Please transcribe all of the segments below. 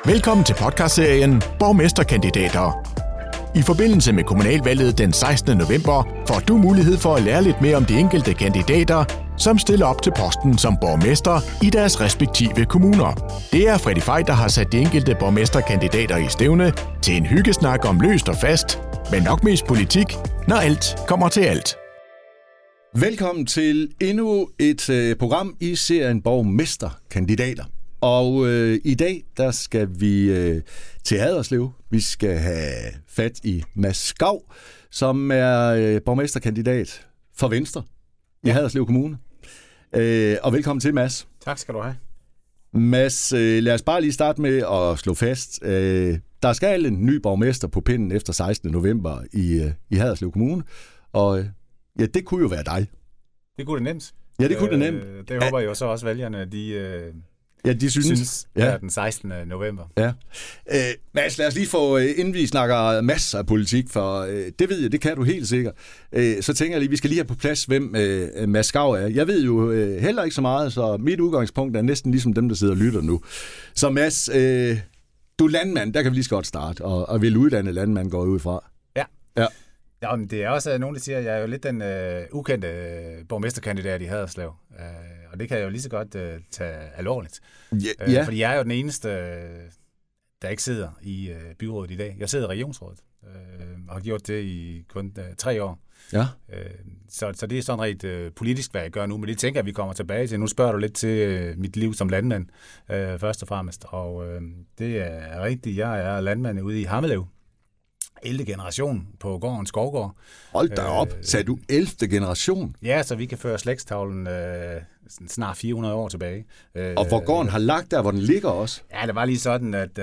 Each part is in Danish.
Velkommen til podcastserien Borgmesterkandidater. I forbindelse med kommunalvalget den 16. november får du mulighed for at lære lidt mere om de enkelte kandidater, som stiller op til posten som borgmester i deres respektive kommuner. Det er Freddy Fej, der har sat de enkelte borgmesterkandidater i stævne til en hyggesnak om løst og fast, men nok mest politik, når alt kommer til alt. Velkommen til endnu et program i serien Borgmesterkandidater. Og i dag, der skal vi til Haderslev. Vi skal have fat i Mads Skau, som er borgmesterkandidat for Venstre i Haderslev Kommune. Og velkommen til, Mads. Tak skal du have. Mads, lad os bare lige starte med at slå fast. Der skal en ny borgmester på pinden efter 16. november i Haderslev Kommune. Og ja, det kunne jo være dig. Det kunne det nemt. Ja, det kunne det nemt. Det håber jeg jo så også vælgerne, de synes ja. Den 16. november. Ja. Mads, lad os lige få, inden vi snakker masser af politik, for det ved jeg, det kan du helt sikkert. Så tænker jeg lige, vi skal lige have på plads, hvem Mads Skau er. Jeg ved jo heller ikke så meget, så mit udgangspunkt er næsten ligesom dem, der sidder og lytter nu. Så Mads, du er landmand, der kan vi lige så godt starte, og vil uddanne landmand går ud fra. Ja. Ja, men det er også nogen, der siger, at jeg er jo lidt den ukendte borgmesterkandidat i Haderslev. Og det kan jeg jo lige så godt tage alvorligt. Ja. Fordi jeg er jo den eneste, der ikke sidder i byrådet i dag. Jeg sidder i regionsrådet og har gjort det i kun 3 år. Ja. Så det er sådan rent politisk, hvad jeg gør nu. Men det tænker jeg, vi kommer tilbage til. Nu spørger du lidt til mit liv som landmand, først og fremmest. Og det er rigtigt. Jeg er landmand ude i Hammelev. 11. generation på gården Skovgård. Hold da op, sagde du 11. generation? Ja, så vi kan føre slægtstavlen snart 400 år tilbage. Og hvor gården har lagt der, hvor den ligger også? Ja, det var lige sådan, at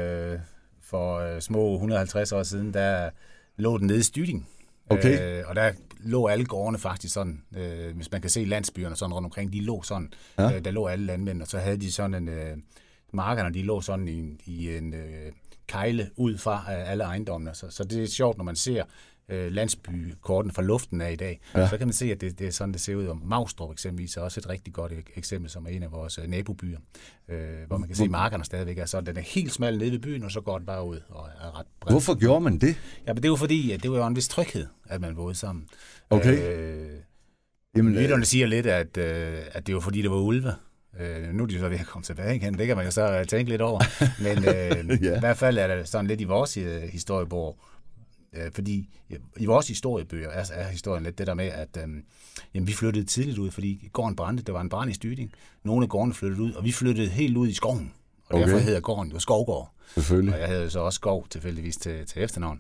for små 150 år siden, der lå den nede i Styding. Okay. Og der lå alle gårdene faktisk sådan, hvis man kan se landsbyerne sådan rundt omkring, de lå sådan. Ja. Der lå alle landmænd, og så havde de sådan en... markerne, de lå sådan i en... kejle ud fra alle ejendommene. Så det er sjovt, når man ser landsbykorten fra luften af i dag. Ja. Så kan man se, at det er sådan, det ser ud. Og Maustrup eksempelvis er også et rigtig godt eksempel, som er en af vores nabobyer, hvor man kan se, at markerne stadigvæk er sådan. Den er helt smal nede ved byen, og så går den bare ud og er ret bred. Hvorfor gjorde man det? Ja, men det var fordi, at det var jo en vis tryghed, at man boede sammen. Okay. Lytterne siger lidt, at det var fordi, det var ulve. Nu er de så ved at komme tilbage igen, det kan man jo så tænke lidt over. Men Ja. I hvert fald er det sådan lidt i vores historiebog, fordi i vores historiebøger er historien lidt det der med, at vi flyttede tidligt ud, fordi gården brændte, det var en brand i Styding. Nogle af gårdene flyttede ud, og vi flyttede helt ud i skoven. Og derfor hedder gården jo Skovgård. Selvfølgelig. Og jeg havde så også skov tilfældigvis til efternavn.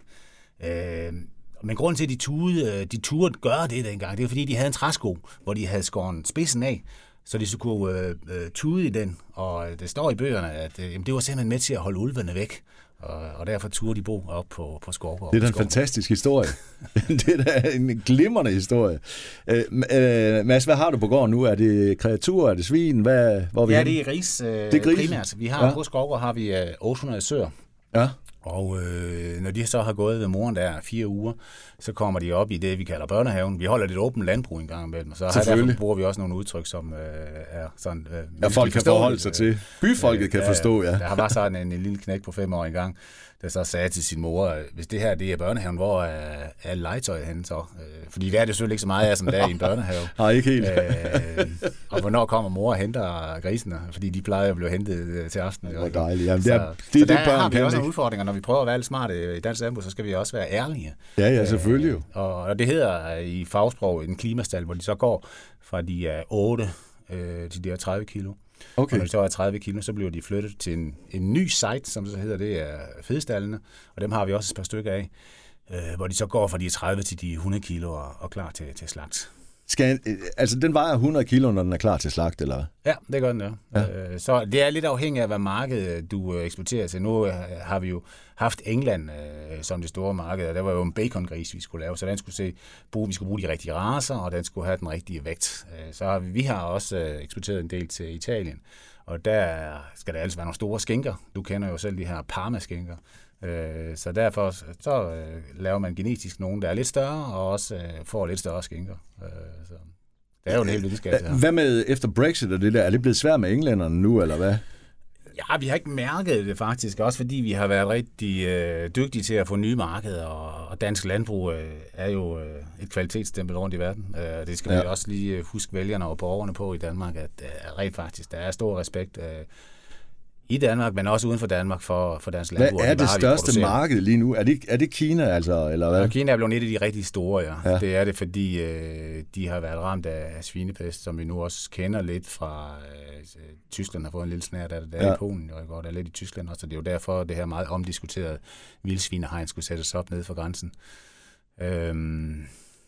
Men grunden til, at de turde gøre det dengang, det er fordi, de havde en træsko, hvor de havde skåret spidsen af, så de så kunne tude i den. Og det står i bøgerne, at det var simpelthen med til at holde ulvene væk. Og derfor turde de bo op på Skovgård. Det er da en fantastisk historie. Det er da en glimrende historie. Mads, hvad har du på gården nu? Er det kreaturer? Er det svin? Hvor er vi henne? Det er gris, det er gris primært. Vi har på Skovgård har vi 800 søer. Ja. Og når de så har gået ved moren der 4 uger, så kommer de op i det, vi kalder børnehaven. Vi holder lidt åbent landbrug en gang imellem, og så derfor bruger vi også nogle udtryk, som er sådan... folk kan forholde sig til. Byfolket kan forstå, ja. Der har bare sådan en lille knæk på 5 år engang, der så sagde til sin mor, hvis det her det er børnehaven, hvor er legetøjet henne så? Fordi det er det selvfølgelig ikke så meget af, som det er i en børnehave. Nej, ikke helt. Og hvornår kommer mor og henter grisene? Fordi de plejer at blive hentet til aften. Det var dejligt. Jamen, så det der børn har vi kan også ikke. nogle udfordringer. Når vi prøver at være lidt smarte i dansk landbrug, så skal vi også være ærlige. Ja, selvfølgelig jo. Og det hedder i fagsprog en klimastal, hvor de så går fra de er 8 til de er 30 kilo. Okay. Og når de så er 30 kilo, så bliver de flyttet til en ny site, som så hedder, det er fedestallene, og dem har vi også et par stykker af, hvor de så går fra de 30 til de 100 kilo og klar til slagt. Altså, den vejer 100 kilo, når den er klar til slagt, eller? Ja, det gør den, ja. Så det er lidt afhængigt af, hvad marked du eksporterer til. Nu har vi jo haft England som det store marked, og der var jo en bacongris, vi skulle lave, så vi skulle bruge de rigtige racer, og den skulle have den rigtige vægt. Så vi har også eksporteret en del til Italien, og der skal der altså være nogle store skinker. Du kender jo selv de her Parma-skinker. Så derfor så laver man genetisk nogen, der er lidt større, og også får lidt større skinker. Så det er jo en hel videnskab, det her. Hvad med efter Brexit og det der? Er det blevet svært med englænderne nu, eller hvad? Ja, vi har ikke mærket det faktisk, også fordi vi har været rigtig dygtige til at få nye markeder, og dansk landbrug er jo et kvalitetsstempel rundt i verden. Det skal vi også lige huske vælgerne og borgerne på i Danmark, at rent faktisk, der er stor respekt i Danmark, men også uden for Danmark for dansk landbrug. Hvad er det største marked lige nu? Er det Kina, altså, eller hvad? Ja, Kina er blevet et af de rigtig store, ja. Det er det, fordi de har været ramt af svinepest, som vi nu også kender lidt fra Tyskland, har fået en lille snært af det. Der er i Polen, og der er lidt i Tyskland også, så det er jo derfor, det her meget omdiskuterede vildsvinehegn skulle sættes op nede for grænsen. Men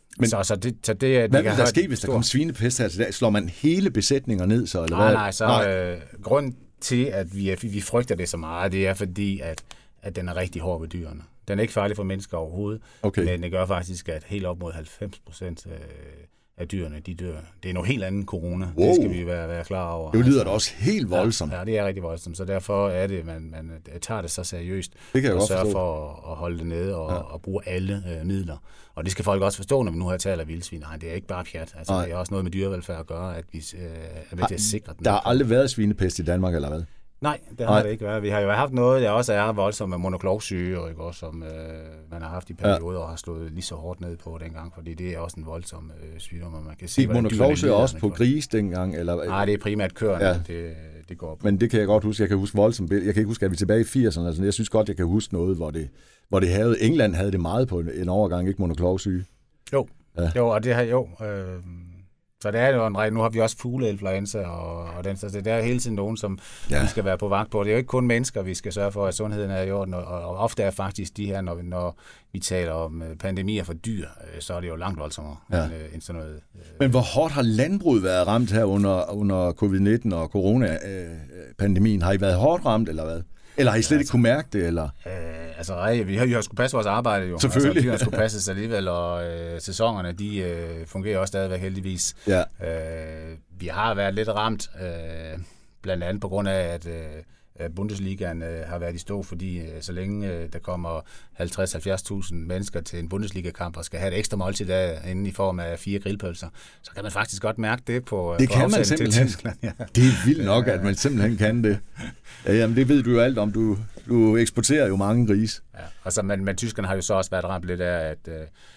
hvad vil der ske, hvis der kommer svinepest her til dag? Slår man hele besætninger ned, så? Eller Nej, grunden til, at vi frygter det så meget, det er fordi, at den er rigtig hård ved dyrene. Den er ikke farlig for mennesker overhovedet, men det gør faktisk, at helt op mod 90% af dyrene, de dør. Det er noget helt andet corona. Wow. Det skal vi være klar over. Det lyder da også helt voldsomt. Ja, det er rigtig voldsomt, så derfor er det, man tager det så seriøst, og sørger for at holde det nede og bruge alle midler. Og det skal folk også forstå, når vi nu her taler vildsvin. Nej, det er ikke bare pjat. Altså, det er også noget med dyrevelfærd at gøre, at vi er med til at sikre den. Der har aldrig været svinepest i Danmark, eller hvad? Nej, det har det ikke været. Vi har jo haft noget, der også er voldsomt med monoklovsyge, som man har haft i perioder og har slået lige så hårdt ned på dengang, fordi det er også en voldsom sygdom, og man kan se, hvordan monoklovsyge også på gris dengang? Eller? Nej, det er primært køerne, det går på. Men det kan jeg godt huske. Jeg kan huske voldsomt. Jeg kan ikke huske, at vi tilbage i 80'erne. Altså, jeg synes godt, jeg kan huske noget, hvor det havde. England havde det meget på en overgang, ikke monoklovsyge. Jo, og det har så det er jo en række. Nu har vi også fugleinfluenza og den, så det er hele tiden nogen, som vi skal være på vagt på. Det er jo ikke kun mennesker, vi skal sørge for, at sundheden er i orden, og ofte er faktisk de her, når vi taler om pandemier for dyr, så er det jo langt voldsommere end sådan noget. Men hvor hårdt har landbruget været ramt her under covid-19 og coronapandemien? Har I været hårdt ramt, eller hvad? Eller har I slet ikke kunne mærke det, eller? Vi har skulle passe vores arbejde jo. Selvfølgelig. Dyrene skulle passes alligevel, og sæsonerne, de fungerer også stadigvæk heldigvis. Ja. Vi har været lidt ramt, blandt andet på grund af, at Bundesligaen har været i stå, fordi så længe der kommer 50-70.000 mennesker til en Bundesliga-kamp og skal have et ekstra måltid inden i form af 4 grillpølser, så kan man faktisk godt mærke det på det kan man simpelthen. Ja. Det er vildt nok, at man simpelthen kan det. Jamen, det ved du jo alt om. Du eksporterer jo mange grise. Ja, men tyskerne har jo så også været ramt lidt af, at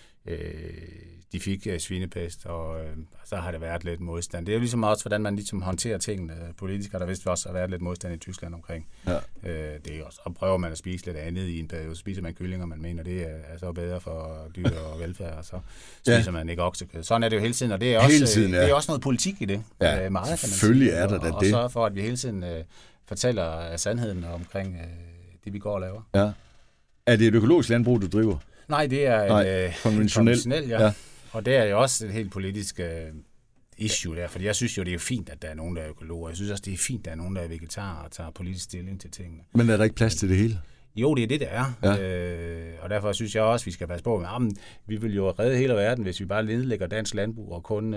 de fik svinepest, og så har det været lidt modstand. Det er jo ligesom også, hvordan man ligesom håndterer tingene politisk, og der vist også har været lidt modstand i Tyskland omkring. Ja. Det er også, og prøver man at spise lidt andet i en periode, så spiser man kyllinger, man mener, det er så bedre for dyr og velfærd, og så spiser man ikke oksekød. Sådan er det jo hele tiden, og det er også, det er også noget politik i det. Ja, meget, selvfølgelig er der da det. Og sørge for, at vi hele tiden fortæller sandheden omkring det, vi går og laver. Ja. Er det et økologisk landbrug, du driver? Nej, det er konventionelt, ja. Og det er jo også et helt politisk issue der, fordi jeg synes jo, det er jo fint, at der er nogen, der er økologer. Jeg synes også, det er fint, at der er nogen, der er vegetarer og tager politisk stilling til tingene. Men er der ikke plads til det hele? Jo, det er det, der er. Ja. Og derfor synes jeg også, at vi skal passe på. Vi vil jo redde hele verden, hvis vi bare nedlægger dansk landbrug og kun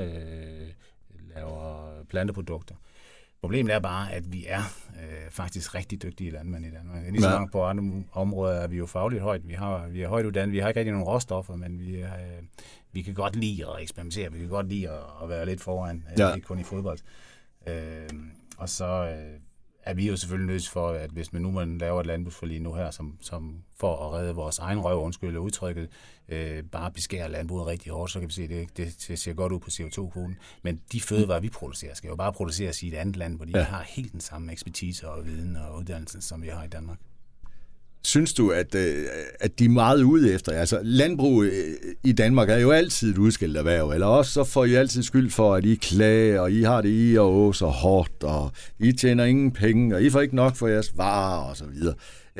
laver planteprodukter. Problemet er bare, at vi er faktisk rigtig dygtige landmænd i Danmark. Lige så langt på andre områder er vi jo fagligt højt. Vi er højt uddannet, vi har ikke rigtig nogen råstoffer, men vi kan godt lide at eksperimentere, vi kan godt lide at være lidt foran, ikke kun i fodbold. Og så er vi jo selvfølgelig nødt for, at hvis man laver et landbrugsforlig nu her, som for at redde vores egen røv, undskyld udtrykket, bare beskærer landbruget rigtig hårdt, så kan vi se, at det ser godt ud på CO2-kvoten. Men de fødevarer, vi producerer, skal jo bare produceres i et andet land, hvor de har helt den samme ekspertise og viden og uddannelse, som vi har i Danmark. Synes du, at de er meget ude efter? Altså, landbrug i Danmark er jo altid et udskilt erhverv, eller også så får I altid skyld for, at I klager, og I har det i og så hårdt, og I tjener ingen penge, og I får ikke nok for jeres varer, og så videre.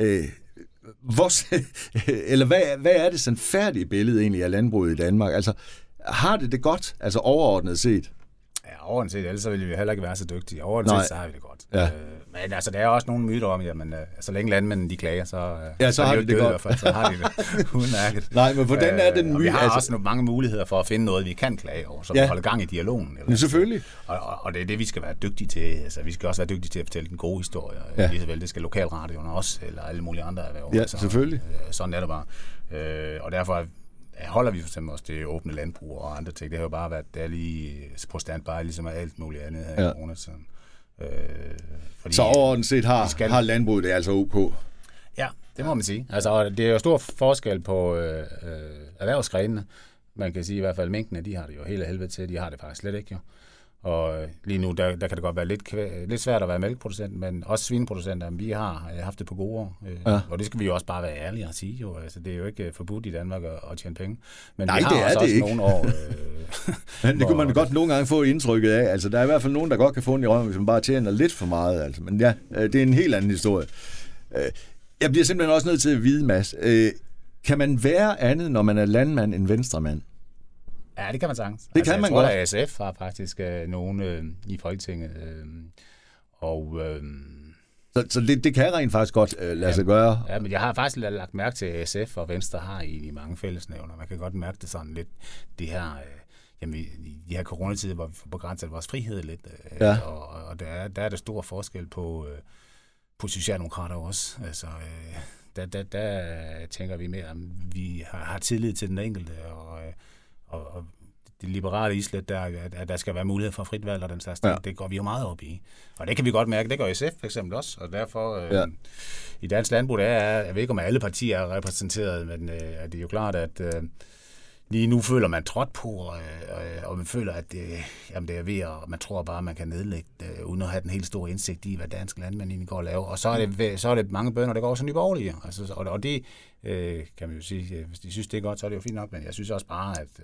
Hvad er det sådan færdige billede egentlig af landbruget i Danmark? Altså, har det godt, altså overordnet set? Ja, overordnet set, ellers så ville vi heller ikke være så dygtige. Overordnet set, så har vi det godt. Ja. Men altså, der er også nogle myter om, at så længe landmændene de klager, så har de det godt. I hvert fald, så har de det udmærket. Nej, men hvordan er den myte? Vi har også mange muligheder for at finde noget, vi kan klage over, så vi holder gang i dialogen. Men selvfølgelig. Og det er det, vi skal være dygtige til. Altså, vi skal også være dygtige til at fortælle den gode historie. Ja. Lige så vel, det skal lokalradioerne også, eller alle mulige andre erhverv. Ja, selvfølgelig. Sådan er det bare. Og derfor holder vi for eksempel også det åbne landbrug og andre ting. Det har jo bare været lige på standby, ligesom alt muligt andet her i corona. Fordi, så overordnet set har landbruget det altså OK? Ja, det må man sige. Altså, det er jo stor forskel på erhvervsgrenene. Man kan sige i hvert fald, mængdene, de har det jo helt af helvede til. De har det faktisk slet ikke jo. Og lige nu, der kan det godt være lidt svært at være mælkeproducent, men også svineproducenter, vi har haft det på gode år. Og det skal vi jo også bare være ærlige og sige jo. Altså, det er jo ikke forbudt i Danmark at tjene penge. Men nej, vi har det er også det nogle år... men det kunne man godt nogle gange få indtrykket af. Altså, der er i hvert fald nogen, der godt kan få en i røven, hvis man bare tjener lidt for meget. Altså. Men ja, det er en helt anden historie. Jeg bliver simpelthen også nødt til at vide, Mads. Kan man være andet, når man er landmand end venstremand? Ja, det kan man sagtens. Det kan man godt. Jeg tror, at SF har faktisk nogen i Folketinget. Så det kan rent faktisk godt lade sig gøre. Ja, men jeg har faktisk lagt mærke til, at SF og Venstre har i mange fællesnævner. Man kan godt mærke det sådan lidt, det her... i de her coronatider, hvor vi får begrænset vores frihed lidt. Og der er der stor forskel på socialdemokrater også. Altså... Der tænker vi mere, at vi har tillid til den enkelte, og det liberale islet, at der skal være mulighed for frit valg og den slags ting, det går vi jo meget op i. Og det kan vi godt mærke, det gør SF for eksempel også, og derfor i dansk landbrug, jeg ved ikke, om alle partier er repræsenteret, men det er jo klart, at lige nu føler man trådt på, og man føler, at det er ved, og man tror bare, at man kan nedlægge uden at have den helt store indsigt i, hvad dansk landmænd egentlig går og laver. Og så er det mange bønder, der går også Nye Borgerlige. Altså, og det kan man jo sige, hvis de synes, det er godt, så er det jo fint nok, men jeg synes også bare, at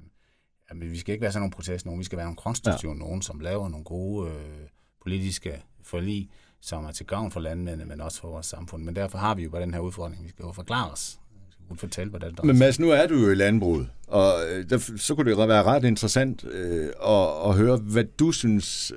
vi skal ikke være sådan nogle protest, nogen. Vi skal være nogle konstruktive nogen, som laver nogle gode politiske forlig, som er til gavn for landmændene, men også for vores samfund. Men derfor har vi jo bare den her udfordring. Vi skal jo forklare os. Fortælle, hvordan det Men Mads, nu er du jo i landbruget, og så kunne det være ret interessant at høre, hvad du synes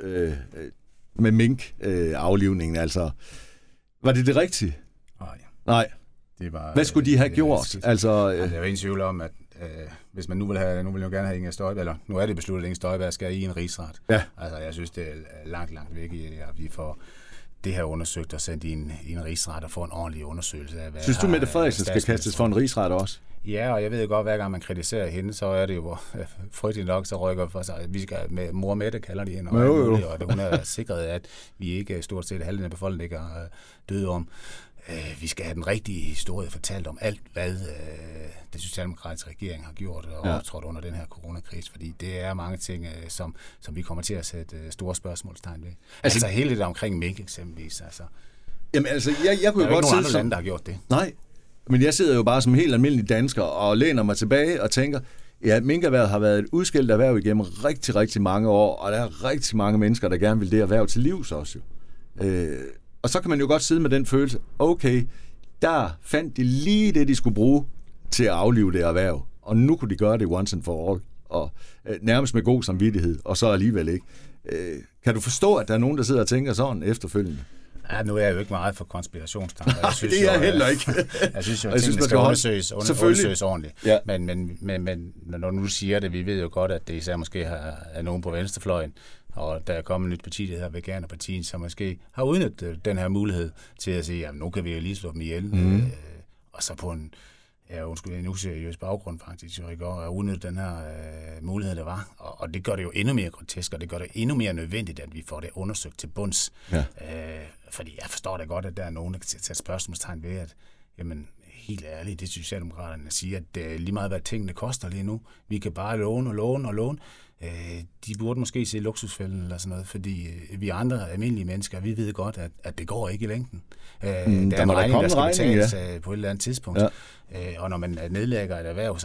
med mink-aflivningen. Altså, var det rigtige? Nej. Det var, hvad skulle de have gjort? Altså, jeg er ingen tvivl om, at hvis man nu vil jo gerne have Inger Støjberg, eller nu er det besluttet, at Inger Støjberg skal i en rigsret. Ja. Altså, jeg synes, det er langt væk, at vi får det her undersøgt og sendt i en rigsret og få en ordentlig undersøgelse af, hvad... Synes du, Mette Frederiksen skal kastes for en rigsret også? Ja, og jeg ved godt, hver gang man kritiserer hende, så er det jo frygteligt nok, så rykker for sig. Vi skal med mor Mette, kalder de hende, og hun er sikret, at vi ikke stort set halvdelen af befolkningen ikke er døde om. Vi skal have den rigtige historie fortalt om alt, hvad den socialdemokratiske regering har gjort og optrådt under den her coronakrise, fordi det er mange ting, som vi kommer til at sætte store spørgsmålstegn ved. Altså hele det der omkring mink eksempelvis. Altså. Jamen altså, jeg kunne jo godt sidde... Der er ikke nogen andre lande, der har gjort det. Nej, men jeg sidder jo bare som helt almindelig dansker og læner mig tilbage og tænker, ja, minkerhvervet har været et udskilt erhverv igennem rigtig, rigtig mange år, og der er rigtig mange mennesker, der gerne vil det erhverv til livs også jo. Og så kan man jo godt sidde med den følelse, okay, der fandt de lige det, de skulle bruge til at aflive det erhverv, og nu kunne de gøre det once and for all, og nærmest med god samvittighed, og så alligevel ikke. Kan du forstå, at der er nogen, der sidder og tænker sådan efterfølgende? Ja, nu er jeg jo ikke meget for konspirationstanker. Jeg synes, det er jeg heller ikke. Jeg synes jo, at tingene skal undersøges ordentligt. Ja. Men når du siger det, vi ved jo godt, at det især måske er nogen på venstrefløjen, og der er kommet et nyt parti, der hedder Veganerpartiet, som måske har udnyttet den her mulighed til at sige, jamen nu kan vi jo lige slå dem ihjel. Og så på en useriøs baggrund faktisk, jo ikke, og udnytte den her mulighed, der var. Og det gør det jo endnu mere grotesk, og det gør det endnu mere nødvendigt, at vi får det undersøgt til bunds. Ja. Fordi jeg forstår da godt, at der er nogen, der kan sætte spørgsmålstegn ved, at jamen, helt ærligt, det Socialdemokraterne siger, at det er lige meget, hvad tingene koster lige nu. Vi kan bare låne. De burde måske se luksusfælden eller sådan noget, fordi vi andre almindelige mennesker, vi ved godt, at det går ikke i længden. Der er en regning, der skal betales på et eller andet tidspunkt. Ja. Og når man nedlægger et erhverv,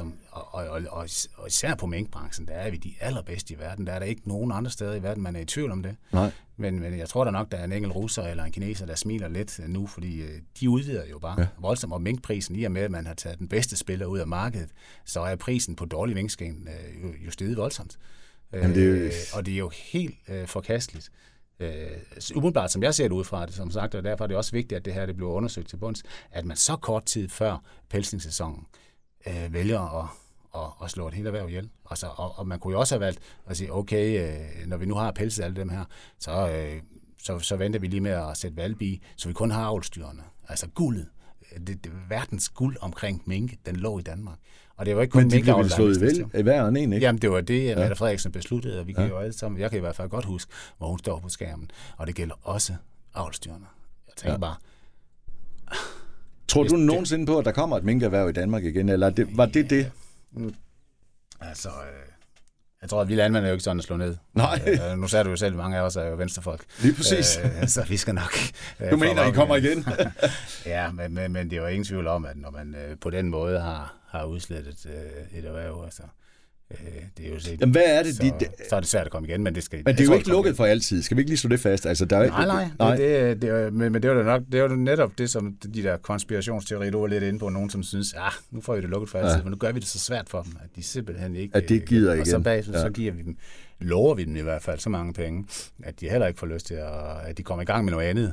og især på minkbranchen, der er vi de allerbedste i verden. Der er der ikke nogen andre steder i verden, man er i tvivl om det. Nej. Men jeg tror da nok, der er en enkelt russer eller en kineser, der smiler lidt nu, fordi de udvider jo bare voldsomt. Og minkprisen, i og med, at man har taget den bedste spiller ud af markedet, så er prisen på dårlig minkskind jo steget voldsomt. Og det er jo helt forkasteligt. Umiddelbart, som jeg ser det ud fra det, som sagt, og derfor er det også vigtigt, at det her det bliver undersøgt til bunds, at man så kort tid før pelsningssæsonen vælger at slå et helt erhverv ihjel. Og man kunne jo også have valgt at sige, okay, når vi nu har pelset alle dem her, så venter vi lige med at sætte valg i, så vi kun har avlsdyrene, altså guldet. verdens guld omkring mink, den lå i Danmark. Og det var ikke kun mink. Men de blev vel slået i hver en, ikke? Jamen, det var det, Mette Frederiksen besluttede, og vi kan jo alle sammen, jeg kan i hvert fald godt huske, hvor hun står på skærmen. Og det gælder også avlsdyrene. Jeg tænker bare... Tror du nogensinde på, at der kommer et minkerhverv i Danmark igen, eller var det? Altså, jeg tror, at vi landmænd er jo ikke sådan at slå ned. Nej. Nu sagde du jo selv, at mange af os er jo venstrefolk. Lige præcis. Så vi skal nok... Du mener, I kommer igen? Ja, men det er jo ingen tvivl om, at når man på den måde har udslettet et erhverv, altså... Det er jo set, jamen, hvad er det? Så er det svært at komme igen, men det skal... Men det er jo ikke lukket for altid. Skal vi ikke lige slå det fast? Altså, der er nej. Men det var da nok, det var netop det, som de der konspirationsteorier, du var lidt inde på, nogen som synes, nu får vi det lukket for altid, men nu gør vi det så svært for dem, at de simpelthen ikke... At det gider igen. Og så bagefter, så giver vi dem, lover vi dem i hvert fald så mange penge, at de heller ikke får lyst til, at de kommer i gang med noget andet.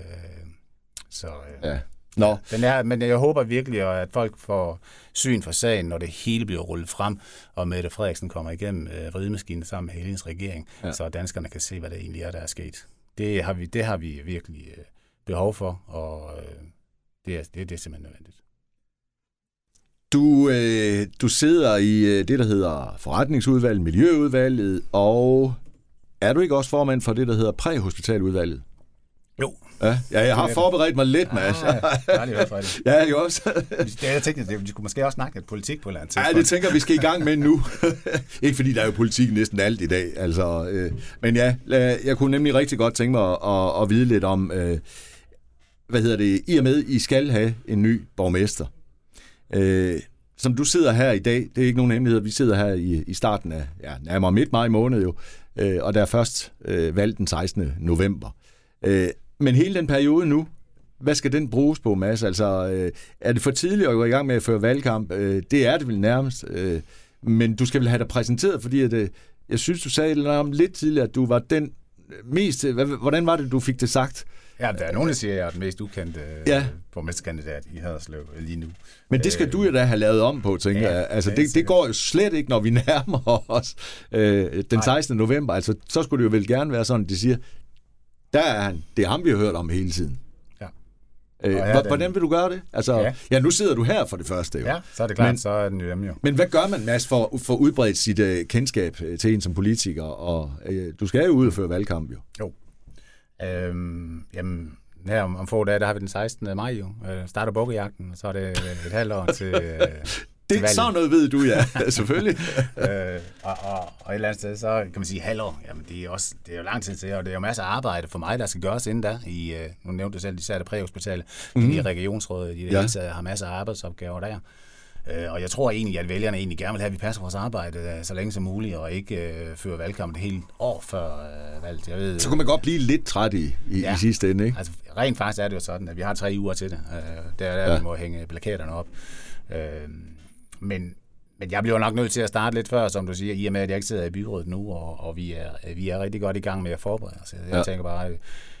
Ja. No. Men jeg håber virkelig, at folk får syn for sagen, når det hele bliver rullet frem, og Mette Frederiksen kommer igennem ridemaskinen sammen med hele hendes regering, så danskerne kan se, hvad det egentlig er, der er sket. Det har vi virkelig behov for, og det er simpelthen nødvendigt. Du sidder i det, der hedder forretningsudvalget, miljøudvalget, og er du ikke også formand for det, der hedder præhospitaludvalget? Jo. Ja, jeg har forberedt mig lidt, Mads. Ja, jo også. Jeg tænkte, at vi skulle måske også snakke politik på et eller andet tidspunkt. Ja, det tænker vi skal i gang med nu. Ikke fordi der er jo politik næsten alt i dag. Altså, men ja, jeg kunne nemlig rigtig godt tænke mig at vide lidt om, i og med, I skal have en ny borgmester. Som du sidder her i dag, det er ikke nogen hemmelighed, vi sidder her i starten af, nærmere midt maj måned jo, og der er først valgt den 16. november. Men hele den periode nu, hvad skal den bruges på, Mads? Altså, er det for tidligt at gå i gang med at føre valgkamp? Det er det vel nærmest. Men du skal vel have dig præsenteret, fordi jeg synes, du sagde om lidt tidligere, at du var den mest... Hvordan var det, du fik det sagt? Ja, der er nogen, der siger, at jeg er den mest ukendte borgmesterkandidat i Haderslev lige nu. Men det skal du jo da have lavet om på, tænker jeg. Altså, det går jo slet ikke, når vi nærmer os den 16. november. Altså, så skulle det jo vel gerne være sådan, at de siger, der er han. Det er ham, vi har hørt om hele tiden. Ja. Hvordan vil du gøre det? Altså, nu sidder du her for det første. Jo. Ja, så er det klart, så er den jo hjemme jo. Men hvad gør man, Mads, for at udbrede sit kendskab til en som politiker? Og du skal jo ud og føre valgkamp, jo. Jo. Jamen, her om få dage, der har vi den 16. maj jo. Starter bukkejagten, så er det et halvt år til... Det er sådan noget, ved du, ja. Selvfølgelig. Og et eller andet sted, så kan man sige halvår. Jamen, det er jo lang tid til, og det er jo masser af arbejde for mig, der skal gøres inden da. Nu nævnte du selv, især det præhospitale. I regionsrådet, de der har masser af arbejdsopgaver der. Og jeg tror egentlig, at vælgerne egentlig gerne vil have, at vi passer vores arbejde så længe som muligt, og ikke fører valgkamp det hele år før valget. Jeg ved, så kunne man godt blive lidt træt i sidste ende, ikke? Altså, rent faktisk er det jo sådan, at vi har 3 uger til det. Der vi må hænge plakaterne op. Men jeg bliver nok nødt til at starte lidt før, som du siger, i og med, at jeg ikke sidder i byrådet nu, og vi er rigtig godt i gang med at forberede os. Jeg tænker bare,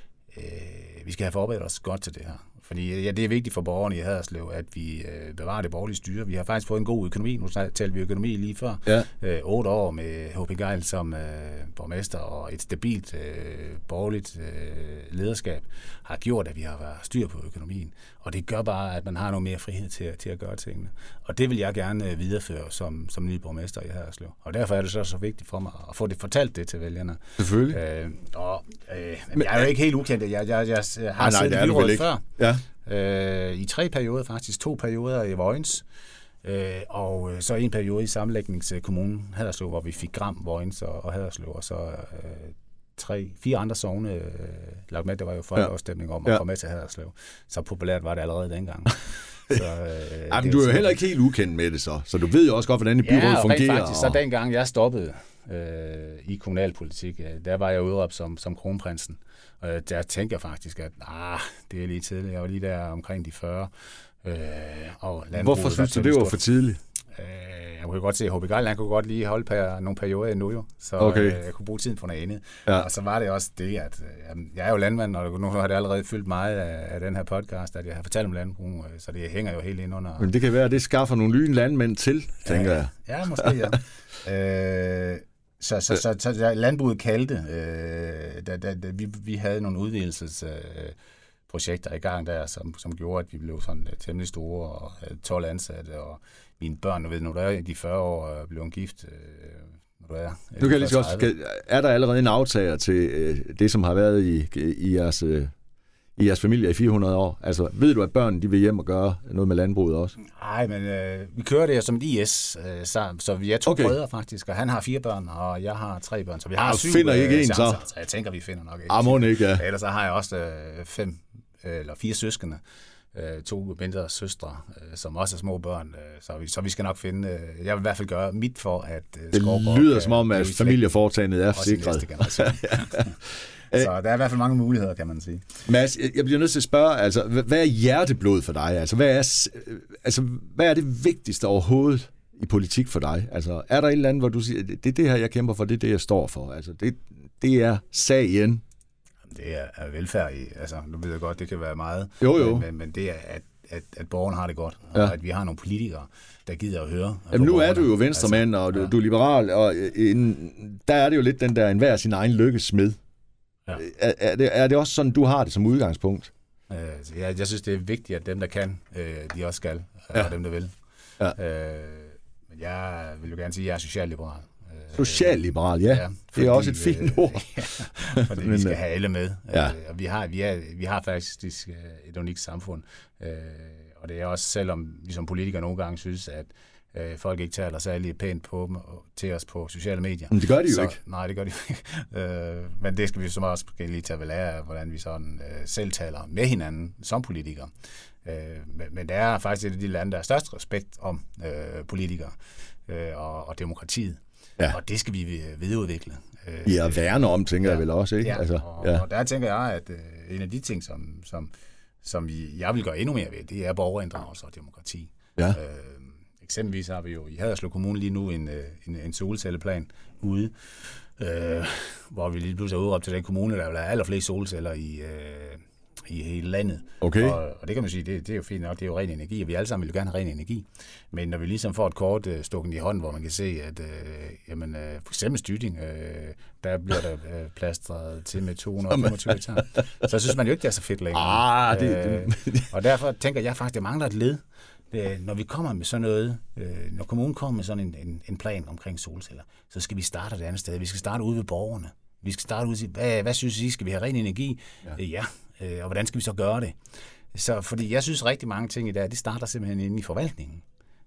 vi skal have forberedt os godt til det her. Fordi det er vigtigt for borgerne i Haderslev, at vi bevarer det borgerlige styre. Vi har faktisk fået en god økonomi. Nu talte vi økonomi lige før. 8 år med H.P. Geil som borgmester og et stabilt borgerligt lederskab har gjort, at vi har været styr på økonomien. Og det gør bare, at man har noget mere frihed til at gøre tingene. Og det vil jeg gerne videreføre som ny borgmester i Haderslev. Og derfor er det så vigtigt for mig at få det fortalt det til vælgerne. Selvfølgelig. Jeg er jo ikke helt ukendt. Jeg har siddet i byrådet før. Ja. I 3 perioder faktisk. 2 perioder i Vojens. Og så en periode i sammenlægningskommunen Haderslev, hvor vi fik Gram, Vojens og Haderslev, og så 4 andre sogne lagt med. Det var jo folkeafstemning om at komme med til Haderslev. Så populært var det allerede dengang. Men du er jo heller ikke helt ukendt med det så du ved jo også godt, hvordan et byråd fungerer. Faktisk, så dengang jeg stoppede i kommunalpolitik, der var jeg udråbt som kronprinsen. Og der tænker jeg faktisk, at det er lige tidligt. Jeg var lige der omkring de 40. Hvorfor synes du, det var for tidligt? Jeg kunne godt se, at H.B. Geil, han kunne godt lige holde nogle perioder endnu jo. Så jeg kunne bruge tiden for noget andet. Ja. Og så var det også det, at jeg er jo landmand, og nu har det allerede fyldt meget af den her podcast, at jeg har fortalt om landbrug, så det hænger jo helt ind under... Men det kan være, at det skaffer nogle nye landmænd til, tænker jeg. Ja, måske ja. Så landbruget kaldte, da vi havde nogle udvidelses projekter i gang der, som gjorde, at vi blev sådan temmelig store og havde 12 ansatte, og mine børn, når du er i de 40 år, blev en gift, når du er... Du kan lige så godt, er der allerede en aftager til det, som har været i jeres familie i 400 år? Altså, ved du, at børn de vil hjem og gøre noget med landbruget også? Nej, men vi kører det som et IS, så vi er 2 brødre faktisk, og han har 4 børn, og jeg har 3 børn, så vi har 7 finder ikke en, chancer, så jeg tænker, vi finder nok ikke. Må ikke, ja. Ellers så har jeg også 4 søskende, 2 mindre søstre, som også er små børn, så vi skal nok finde... jeg vil i hvert fald gøre mit for, at... det lyder som om, at familieforetagendet er sikret. Så der er i hvert fald mange muligheder, kan man sige. Mads, jeg bliver nødt til at spørge, altså, hvad er hjerteblod for dig? Altså, hvad er det vigtigste overhovedet i politik for dig? Altså, er der et eller andet, hvor du siger, det er det her, jeg kæmper for, det er det, jeg står for? Altså, det er sagen. Det er velfærd i. Altså, nu ved jeg godt, det kan være meget. Jo. Men det er, at borgerne har det godt, og at vi har nogle politikere, der gider at høre. Jamen, nu er du jo venstremand, og du er liberal, og der er det jo lidt den der, enhver sin egen lykkesmed. Ja. Er det også sådan, du har det som udgangspunkt? Jeg synes, det er vigtigt, at dem, der kan, de også skal, og dem, der vil. Ja. Men jeg vil jo gerne sige, at jeg er socialliberal. Socialliberal, ja. Det er også et fint ord. Fordi vi skal have alle med. Ja. Og vi har faktisk et unikt samfund. Og det er også, selvom vi som politikere nogle gange synes, at folk ikke taler særlig pænt til os på sociale medier. Men det gør de jo ikke. Nej, det gør de ikke. Men det skal vi så også lige tage vel af, hvordan vi sådan selv taler med hinanden som politikere. Men det er faktisk et af de lande, der er størst respekt om politikere og demokratiet. Ja. Og det skal vi videreudvikle. Ja, værne om, tænker jeg vel også, ikke? Ja, altså, og der tænker jeg, at en af de ting, som jeg vil gøre endnu mere ved, det er borgerinddragelse og demokrati. Ja. Eksempelvis har vi jo i Haderslev Kommune lige nu en solcelleplan ude, hvor vi lige pludselig er udråbt til den kommune, der vil have allerflest solceller i hele landet. Okay. Og det kan man sige, det er jo fint nok, det er jo ren energi, og vi alle sammen vil jo gerne have ren energi. Men når vi ligesom får et kort stukken i hånden, hvor man kan se, at for eksempel Styding, der bliver der plastret til med 225 hektar, så synes man jo ikke, det er så fedt længere. Og derfor tænker jeg faktisk, det mangler et led. Når vi kommer med sådan noget, når kommunen kommer med sådan en plan omkring solceller, så skal vi starte et andet sted. Vi skal starte ude ved borgerne. Vi skal starte ud og sige, hvad synes I? Skal vi have ren energi? Ja. Og hvordan skal vi så gøre det? Så, fordi jeg synes rigtig mange ting i dag, det starter simpelthen inde i forvaltningen.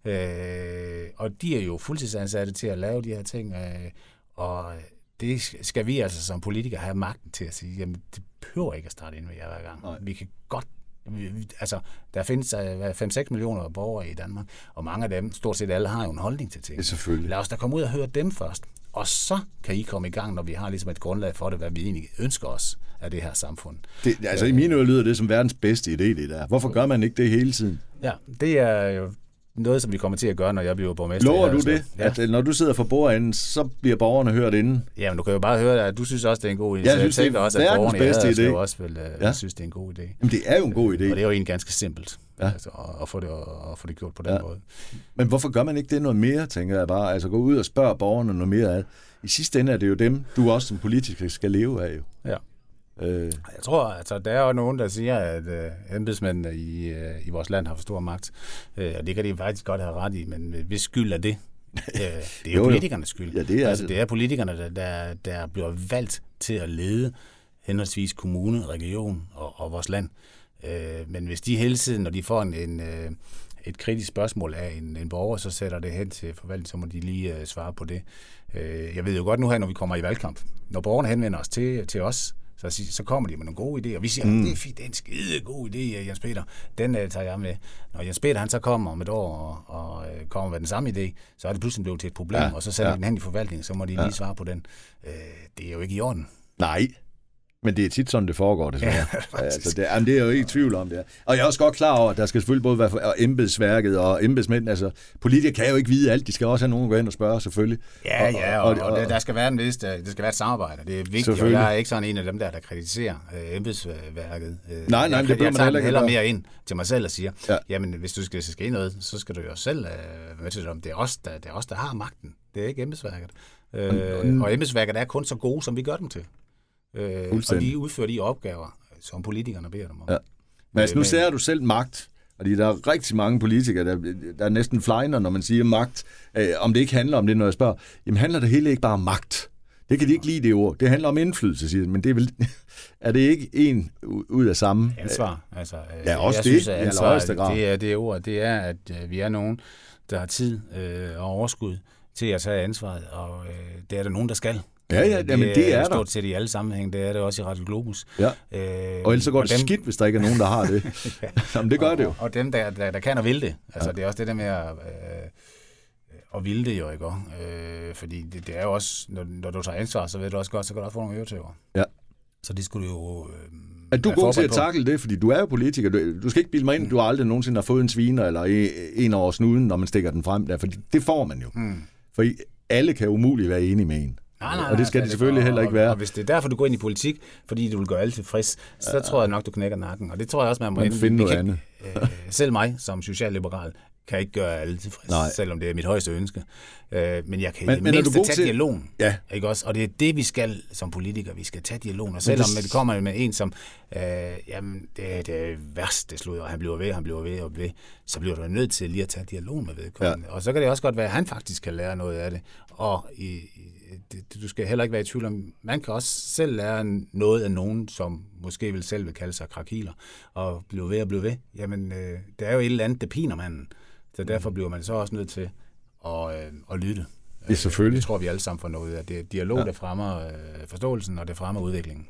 Og de er jo fuldtidsansatte til at lave de her ting, og det skal vi altså som politikere have magten til at sige, jamen det behøver ikke at starte ind ved jer hver gang. Nej. Vi kan godt, altså der findes 5-6 millioner borgere i Danmark, og mange af dem, stort set alle, har jo en holdning til ting. Det er selvfølgelig. Lad os da komme ud og høre dem først. Og så kan I komme i gang, når vi har ligesom et grundlag for det, hvad vi egentlig ønsker os af det her samfund. Altså i mine ører lyder det som verdens bedste idé, det der. Hvorfor gør man ikke det hele tiden? Ja, det er jo noget, som vi kommer til at gøre, når jeg bliver borgmester. Lover du det? Ja. At når du sidder for bordenden, så bliver borgerne hørt inden? Jamen, du kan jo bare høre, at du synes også, det er en god idé. Jeg synes, det er også, at borgerne bedste idé. Også synes, det er en god idé. Jamen, det er jo en god idé. Og det er jo egentlig ganske simpelt at få det gjort på den måde. Men hvorfor gør man ikke det noget mere, tænker jeg bare? Altså gå ud og spørge borgerne noget mere af. I sidste ende er det jo dem, du også som politiker skal leve af. Jo. Ja. Jeg tror, altså, der er jo nogen, der siger, at embedsmændene i vores land har for stor magt. Og det kan de faktisk godt have ret i, men hvis skyld er det? Det er jo politikernes skyld. Ja, det er altså, det er politikerne, der bliver valgt til at lede henholdsvis kommune, region og vores land. Men hvis de hele tiden, når de får et kritisk spørgsmål af en borger, så sætter det hen til forvaltningen, så må de lige svare på det. Jeg ved jo godt nu her, når vi kommer i valgkamp, når borgerne henvender os til os, så kommer de med nogle gode idéer, og vi siger, det er fint, det er en skide god idé, Jens Peter, den tager jeg med. Når Jens Peter han så kommer om et år og kommer med den samme idé, så er det pludselig blevet til et problem, og så sætter den hen i forvaltningen, så må de lige svare på den. Det er jo ikke i orden. Nej. Men det er tit sådan, det foregår, det. Ja, altså, det er jeg jo ikke i tvivl om det. Og jeg er også godt klar over, at der skal selvfølgelig både være embedsværket og embedsmænd. Altså, politikere kan jo ikke vide alt. De skal også have nogen at gå hen og spørge, selvfølgelig. Ja, og der skal være der skal være et samarbejde. Det er vigtigt, og jeg er ikke sådan en af dem, der kritiserer embedsværket. Nej, det bliver man heller mere ind til mig selv og siger, jamen, hvis du skal ske noget, så skal du jo selv være med til det. Det er os, der har magten. Det er ikke embedsværket. Og embedsværket er kun så gode, som vi gør dem til. Og de udfører de opgaver, som politikerne beder dem om. Ja. Men altså, nu ser du selv magt, fordi der er rigtig mange politikere, der er næsten flejner, når man siger magt. Om det ikke handler om det, når jeg spørger, jamen handler det hele ikke bare om magt? Det kan de ikke lide, det ord. Det handler om indflydelse, siger det, men det er det ikke en ud af samme? Ansvar. Altså, ja, også jeg det. Synes, at ansvar, det ord, det er, at vi er nogen, der har tid og overskud til at tage ansvaret, og det er der nogen, der skal. Ja, men det er der. Stort set i alle sammenhæng, det er det også i Radio Globus. Ja. Og ellers så går det skidt, hvis der ikke er nogen, der har det. Ja. Jamen, det gør det jo. Og dem, der kan og vil det. Altså, det er også det der med at ville det jo, ikke? Fordi det er jo også, når du tager ansvar, så ved du også godt, så kan du også få nogle øretøver. Ja. Så det skulle du jo... Er du god til at tackle det? Fordi du er jo politiker. Du skal ikke bilde mig ind, du har aldrig nogensinde har fået en sviner eller en over snuden, når man stikker den frem der. For det får man jo. For alle kan umuligt være enige med en. Nej, og det skal det selvfølgelig heller ikke være. Og hvis det er derfor, du går ind i politik, fordi du vil gøre alle tilfreds, så tror jeg nok, du knækker nakken. Og det tror jeg også, man må finde noget andet. Selv mig, som socialliberal, kan ikke gøre alle tilfreds, selvom det er mit højeste ønske. Men jeg kan mindst tage dialogen. Ja. Ikke også? Og det er det, vi skal som politikere. Vi skal tage dialogen. Og selvom det kommer med en, som jamen, det er værst, det slutter, og han bliver ved, så bliver du nødt til lige at tage dialogen med vedkommende. Ja. Og så kan det også godt være, at han faktisk kan lære noget af det. Og du skal heller ikke være i tvivl om, man kan også selv lære noget af nogen, som måske selv vil kalde sig krakiler, og blive ved. Jamen, det er jo et eller andet, det piner manden. Så derfor bliver man så også nødt til at lytte. Ja, selvfølgelig. Det tror vi alle sammen får noget af. Det er dialog, der fremmer forståelsen, og det fremmer udviklingen.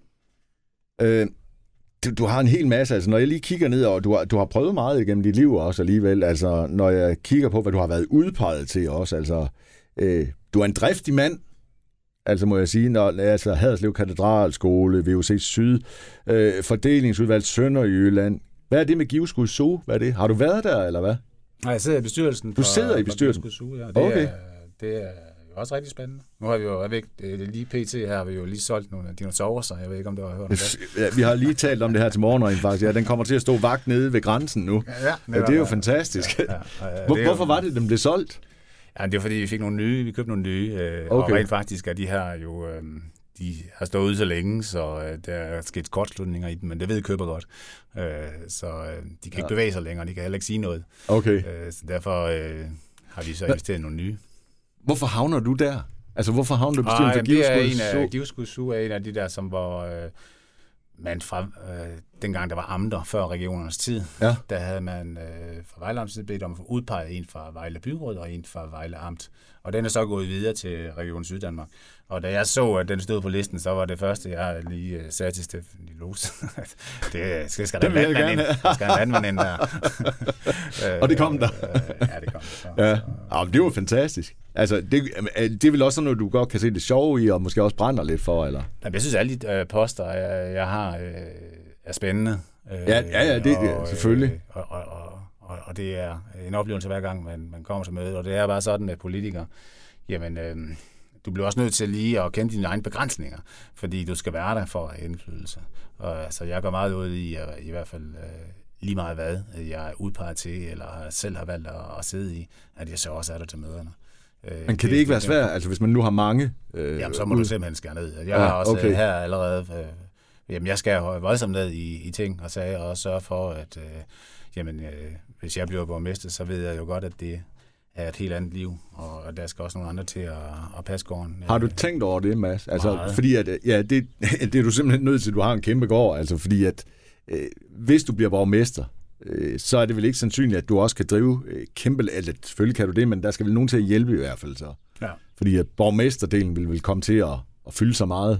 Du har en hel masse, altså når jeg lige kigger ned, og du har prøvet meget igennem dit liv også alligevel, altså når jeg kigger på, hvad du har været udpeget til også, altså du er en driftig mand, altså må jeg sige, altså Haderslev Katedralskole, VUC Syd, fordelingsudvalg Sønderjylland. Hvad er det med Givskud Zoo? Hvad er det? Har du været der, eller hvad? Nej, jeg sidder i bestyrelsen. Du sidder i bestyrelsen? Zoo, ja. Okay. Det er også rigtig spændende. Nu har vi jo, lige pt. her har vi jo lige solgt nogle dinosaurer, så jeg ved ikke, om det har hørt om det. Ja, vi har lige talt om det her til morgen, faktisk. Ja, den kommer til at stå vagt nede ved grænsen nu. Ja, det er jo fantastisk. Hvorfor var det, den blev solgt? Ja, det er fordi, vi købte nogle nye, og rent faktisk er de her jo... De har stået ude så længe, så der er sket kortslutninger i dem, men det ved køber godt. Så de kan ikke bevæge sig længere, de kan heller ikke sige noget. Okay. Så derfor har vi så investeret i nogle nye. Hvorfor havner du der? Altså, hvorfor havner du bestyrelsen for Givskud Zoo? Givskud Zoo er en af de der, som var... man fra dengang der var amter før regionernes tid, der havde man fra Vejle Amts bedt om at få udpeget en fra Vejle Byråd og en fra Vejle Amt. Og den er så gået videre til Region Syddanmark. Og da jeg så, at den stod på listen, så var det første, jeg lige sagde til Steffen Lose. Det skal der en vandmand ind der. Og det kom der. Ja, det kom der. Ja. Ja, det var fantastisk. Altså, det er vel også noget, du godt kan se det sjove i, og måske også brænder lidt for, eller? Jamen, jeg synes, alle de poster, jeg har, er spændende. Ja, det er selvfølgelig. Og det er en oplevelse hver gang, man kommer til møde. Og det er bare sådan med politikere. Jamen, du bliver også nødt til lige at kende dine egne begrænsninger, fordi du skal være der for at have indflydelse. Og altså, jeg går meget ud i hvert fald lige meget hvad jeg er udpeget til, eller selv har valgt at sidde i, at jeg så også er der til møderne. Men kan det ikke være svært, altså hvis man nu har mange? Jamen, så må du simpelthen skære ned. Jeg har også her allerede... Jamen, jeg skal voldsomt ned i ting og sager, og sørge for, at hvis jeg bliver borgmester, så ved jeg jo godt, at det er et helt andet liv, og der skal også nogle andre til at passe gården. Har du tænkt over det, Mads? Altså, fordi at, det er du simpelthen nødt til, at du har en kæmpe gård, altså fordi at hvis du bliver borgmester, så er det vel ikke sandsynligt, at du også kan drive kæmpe, eller selvfølgelig kan du det, men der skal vel nogen til at hjælpe i hvert fald så. Ja. Fordi at borgmesterdelen vil komme til at fylde så meget,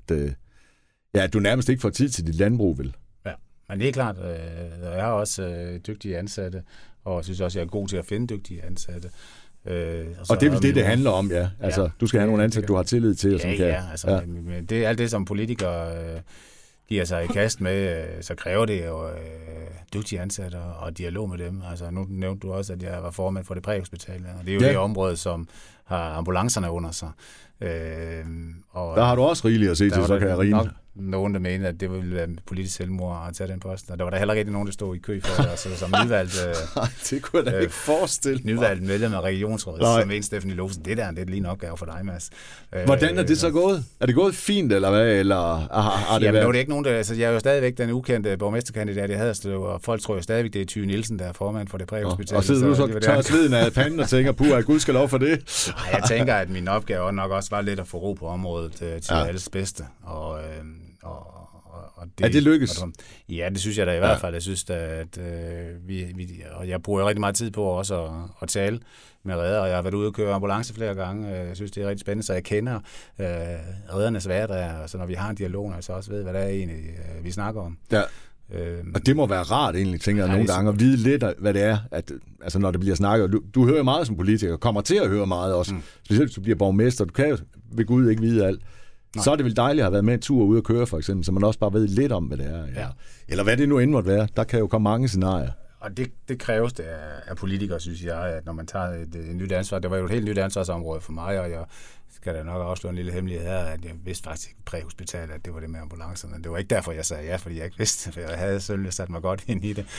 at du nærmest ikke får tid til dit landbrug, vel? Ja, men det er klart, jeg har også dygtige ansatte, og synes også, jeg er god til at finde dygtige ansatte. Og det er vel det handler om, ja. Altså, du skal have nogle ansatte, du har tillid til. Og som det er alt det, som politikere giver sig i kast med, så kræver det jo dygtige ansatte og dialog med dem. Altså, nu nævnte du også, at jeg var formand for det præhospitale, og det er jo det område, som har ambulancerne under sig. Og der har du også rigeligt at se til, så kan jeg rige. nogen, der mente, at det ville være politisk selvmord at tage den post. Og der var der heller ikke nogen, der stod i kø for det. Altså, som nyvalgt, det kunne jeg da ikke forestille mig. Nyvalgt medlem af regionsrådet, som mente Stephanie Lose. Det er lige en opgave for dig, Mads. Hvordan er det så gået? Er det gået fint, eller hvad? Eller har det jamen, nu er det ikke nogen, der... Altså, jeg er jo stadigvæk den ukendte borgmesterkandidat i Haderslev, og folk tror jo stadigvæk, det er Thy Nielsen, der er formand for det præhospital. Og sidder du så tør sveden af panden og tænker, puh, Gud skal lov for det? Nej, jeg tænker, at min opgave nok også var lidt at få ro på området til alles bedste. Og det, er det lykkes? Ja, det synes jeg da i hvert fald. Jeg synes da, at og jeg bruger rigtig meget tid på også at tale med redder, og jeg har været ude og køre ambulance flere gange. Jeg synes, det er rigtig spændende, så jeg kender reddernes hverdag, og så når vi har en dialog, så også ved, hvad det er egentlig, vi snakker om. Ja. Og det må være rart egentlig, tænker jeg nogle gange, at vide lidt, hvad det er, at, altså når det bliver snakket. Du hører meget som politiker, kommer til at høre meget også, specielt hvis du bliver borgmester, du kan jo ved Gud ikke vide alt. Nej. Så er det vel dejligt at have været med en tur ude at køre, for eksempel, så man også bare ved lidt om, hvad det er. Ja. Eller hvad det nu end måtte være. Der kan jo komme mange scenarier. Og det kræves det af politikere, synes jeg, at når man tager et nyt ansvar. Det var jo et helt nyt ansvarsområde for mig, og jeg skal da nok afsløre en lille hemmelighed her, at jeg vidste faktisk ikke præhospitalet, at det var det med ambulancerne. Det var ikke derfor, jeg sagde ja, fordi jeg ikke vidste, for jeg havde selvfølgelig sat mig godt ind i det.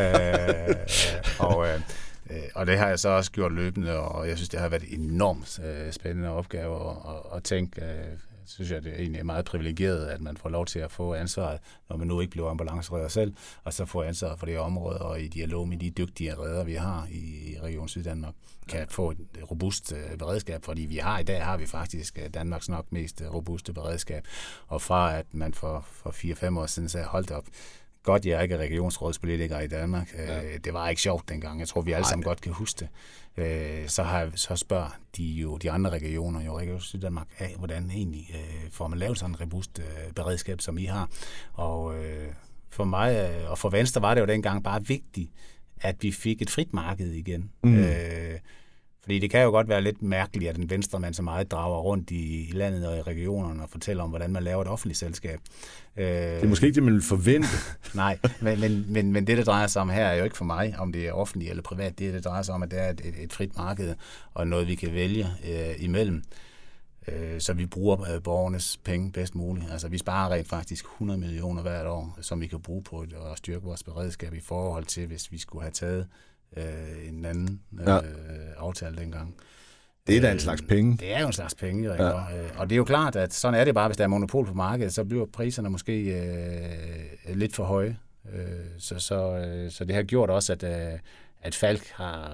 Og det har jeg så også gjort løbende, og jeg synes, det har været en enormt spændende opgave at tænke. Synes jeg, det er egentlig meget privilegeret, at man får lov til at få ansvaret, når man nu ikke bliver ambulanceredder selv, og så får ansvaret for det område, og i dialog med de dygtige redder, vi har i Region Syddanmark, kan få et robust beredskab, fordi i dag har vi faktisk Danmarks nok mest robuste beredskab, og fra at man for 4-5 år siden sagde, holdt op, godt, jeg er ikke regionsrådspolitiker i Danmark. Ja. Det var ikke sjovt dengang. Jeg tror, vi alle sammen godt kan huske det. Så spørger de andre regioner, jo Region Syddanmark, af, hvordan egentlig får man lavet sådan en robust beredskab, som I har. Og for mig og for Venstre var det jo dengang bare vigtigt, at vi fik et frit marked igen. Fordi det kan jo godt være lidt mærkeligt, at en venstremand så meget drager rundt i landet og i regionerne og fortæller om, hvordan man laver et offentligt selskab. Det er måske ikke det, man vil forvente. Nej, men det drejer sig om her, er jo ikke for mig, om det er offentligt eller privat. Det drejer sig om, at det er et frit marked og noget, vi kan vælge imellem. Så vi bruger borgernes penge bedst muligt. Altså, vi sparer rent faktisk 100 millioner hvert år, som vi kan bruge på at styrke vores beredskab i forhold til, hvis vi skulle have taget en anden aftale dengang. Det er da en slags penge. Det er jo en slags penge, ja. Og det er jo klart, at sådan er det bare, hvis der er monopol på markedet, så bliver priserne måske lidt for høje. Så det har gjort også, at Falck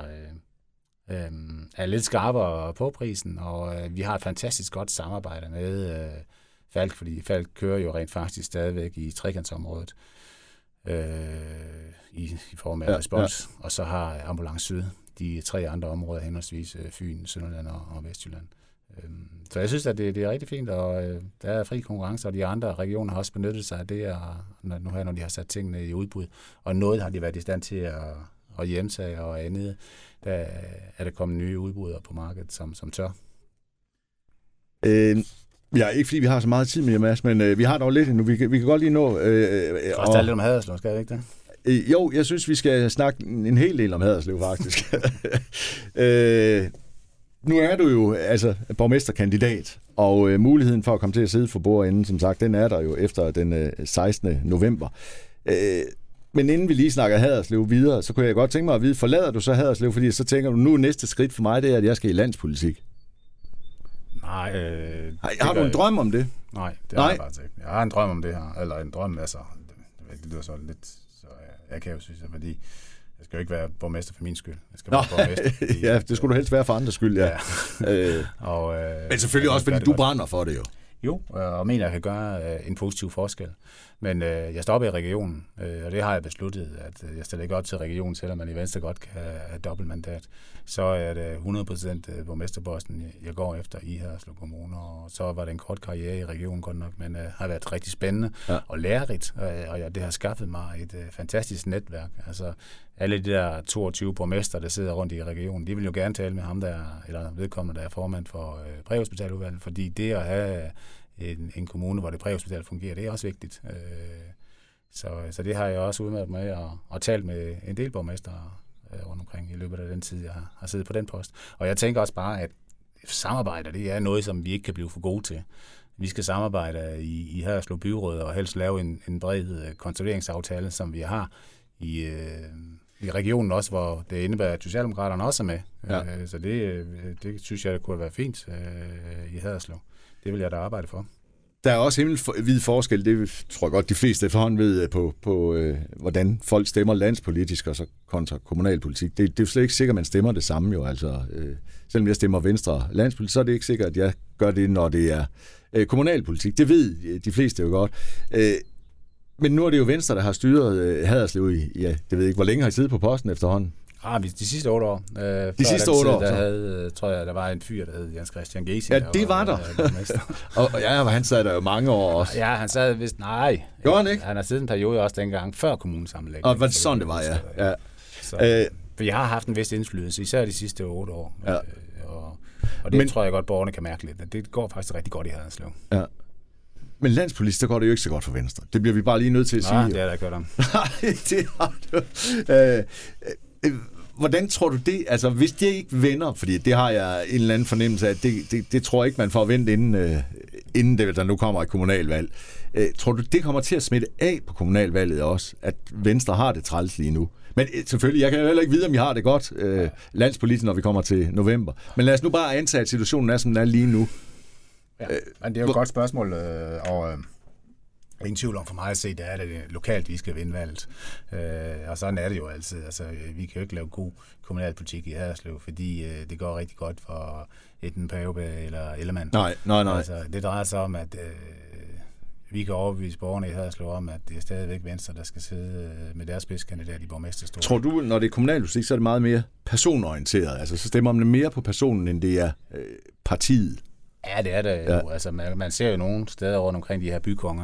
er lidt skarpere på prisen, og vi har et fantastisk godt samarbejde med Falck, fordi Falck kører jo rent faktisk stadigvæk i trekantsområdet. I form af respons, og så har Ambulance Syd de 3 andre områder, henholdsvis Fyn, Sønderland og Vestjylland. Så jeg synes, at det er rigtig fint, og der er fri konkurrence, og de andre regioner har også benyttet sig af det, når de har sat tingene i udbud, og noget har de været i stand til at hjemtage, og andet, der er der kommet nye udbud på markedet, som tør. Ja, ikke fordi vi har så meget tid med Mads, men vi har dog lidt endnu. Vi kan godt lige nå... Først lidt om Haderslev, skal jeg ikke det? Jo, jeg synes, vi skal snakke en hel del om Haderslev, faktisk. Nu er du jo altså borgmesterkandidat, og muligheden for at komme til at sidde for bordenden, som sagt, den er der jo efter den 16. november. Men inden vi lige snakker Haderslev videre, så kunne jeg godt tænke mig at vide, forlader du så Haderslev, fordi så tænker du, nu næste skridt for mig, det er, at jeg skal i landspolitik. Nej. Har du en drøm om det? Nej, det har jeg faktisk ikke. Jeg har en drøm om det her, eller en drøm, altså, det lyder så lidt, så jeg kan jo synes, fordi jeg skal jo ikke være borgmester for min skyld. Jeg skal være borgmester. Ja, det skulle du helst være for andres skyld, ja. Men selvfølgelig også, fordi du brænder for det jo. Jo, og mener, jeg kan gøre en positiv forskel. Men jeg står op i regionen, og det har jeg besluttet, at jeg stiller ikke op til regionen, selvom man i Venstre godt kan have dobbeltmandat. Så er det 100% borgmesterposten, jeg går efter i Haderslev Kommune, og så var det en kort karriere i regionen godt nok, men har været rigtig spændende og lærerigt, og det har skaffet mig et fantastisk netværk. Altså alle de der 22 borgmester, der sidder rundt i regionen, de vil jo gerne tale med ham, eller vedkommende, der er formand for præhospitaludvalget, fordi det at have en kommune, hvor det præhospital fungerer, det er også vigtigt. Så det har jeg også udmærket med at tale med en del borgmester rundt omkring i løbet af den tid, jeg har siddet på den post. Og jeg tænker også bare, at samarbejder, det er noget, som vi ikke kan blive for gode til. vi skal samarbejde i Haderslev Byråd og helst lave en bred konserveringsaftale, som vi har i regionen også, hvor det indebærer, at Socialdemokraterne også er med. Ja. Så det synes jeg, det kunne være fint i Haderslev. Det vil jeg da arbejde for. Der er også himmelvid forskel, det tror jeg godt, de fleste efterhånden ved, på hvordan folk stemmer landspolitisk og så kontra kommunalpolitik. Det er jo slet ikke sikkert, at man stemmer det samme jo. Altså, selvom jeg stemmer Venstre landspolitik, så er det ikke sikkert, at jeg gør det, når det er kommunalpolitik. Det ved de fleste jo godt. Men nu er det jo Venstre, der har styret Haderslev i, det ved jeg ikke, hvor længe har I siddet på posten efterhånden? De sidste 8 år. De sidste 8 år? Tror jeg, der var en fyr, der hed Jens Christian Gesi. Ja, det var der. Og han sad der jo mange år også. Ja, han sad vist, nej. Gjorde han ikke? Han har siddet en periode også dengang, før kommunesammenlægningen. Og var det sådan, det var, ja. For jeg har haft en vis indflydelse, især de sidste 8 år. Ja. Og det tror jeg godt, borgerne kan mærke lidt. Det går faktisk rigtig godt i Haderslev. Ja. Men landspolitisk, der går det jo ikke så godt for Venstre. Det bliver vi bare lige nødt til at sige. Nej, det er der ikke hørt om. Nej, det har du. Hvordan tror du det? Altså, hvis det ikke vender, fordi det har jeg en eller anden fornemmelse af, det tror jeg ikke, man får vendt inden der nu kommer et kommunalvalg. Tror du, det kommer til at smitte af på kommunalvalget også, at Venstre har det træls lige nu? Men selvfølgelig, jeg kan jo heller ikke vide, om I har det godt landspolitisk, når vi kommer til november. Men lad os nu bare antage, at situationen er, som den er lige nu. Ja, men det er jo et godt spørgsmål, og ingen tvivl om for mig at se, det er det lokalt, vi skal vinde valget. Og sådan er det jo altid. Altså, vi kan jo ikke lave god kommunalpolitik i Haderslev, fordi det går rigtig godt for Eden Paube eller Ellemann. Nej. Altså, det drejer sig om, at vi kan overbevise borgerne i Haderslev om, at det er stadigvæk Venstre, der skal sidde med deres spidskandidat i borgmesterstolen. Tror du, når det er kommunalpolitik, så er det meget mere personorienteret? Altså, så stemmer man mere på personen, end det er partiet? Ja, det er det jo. Altså, man ser jo nogle steder rundt omkring de her bykonger,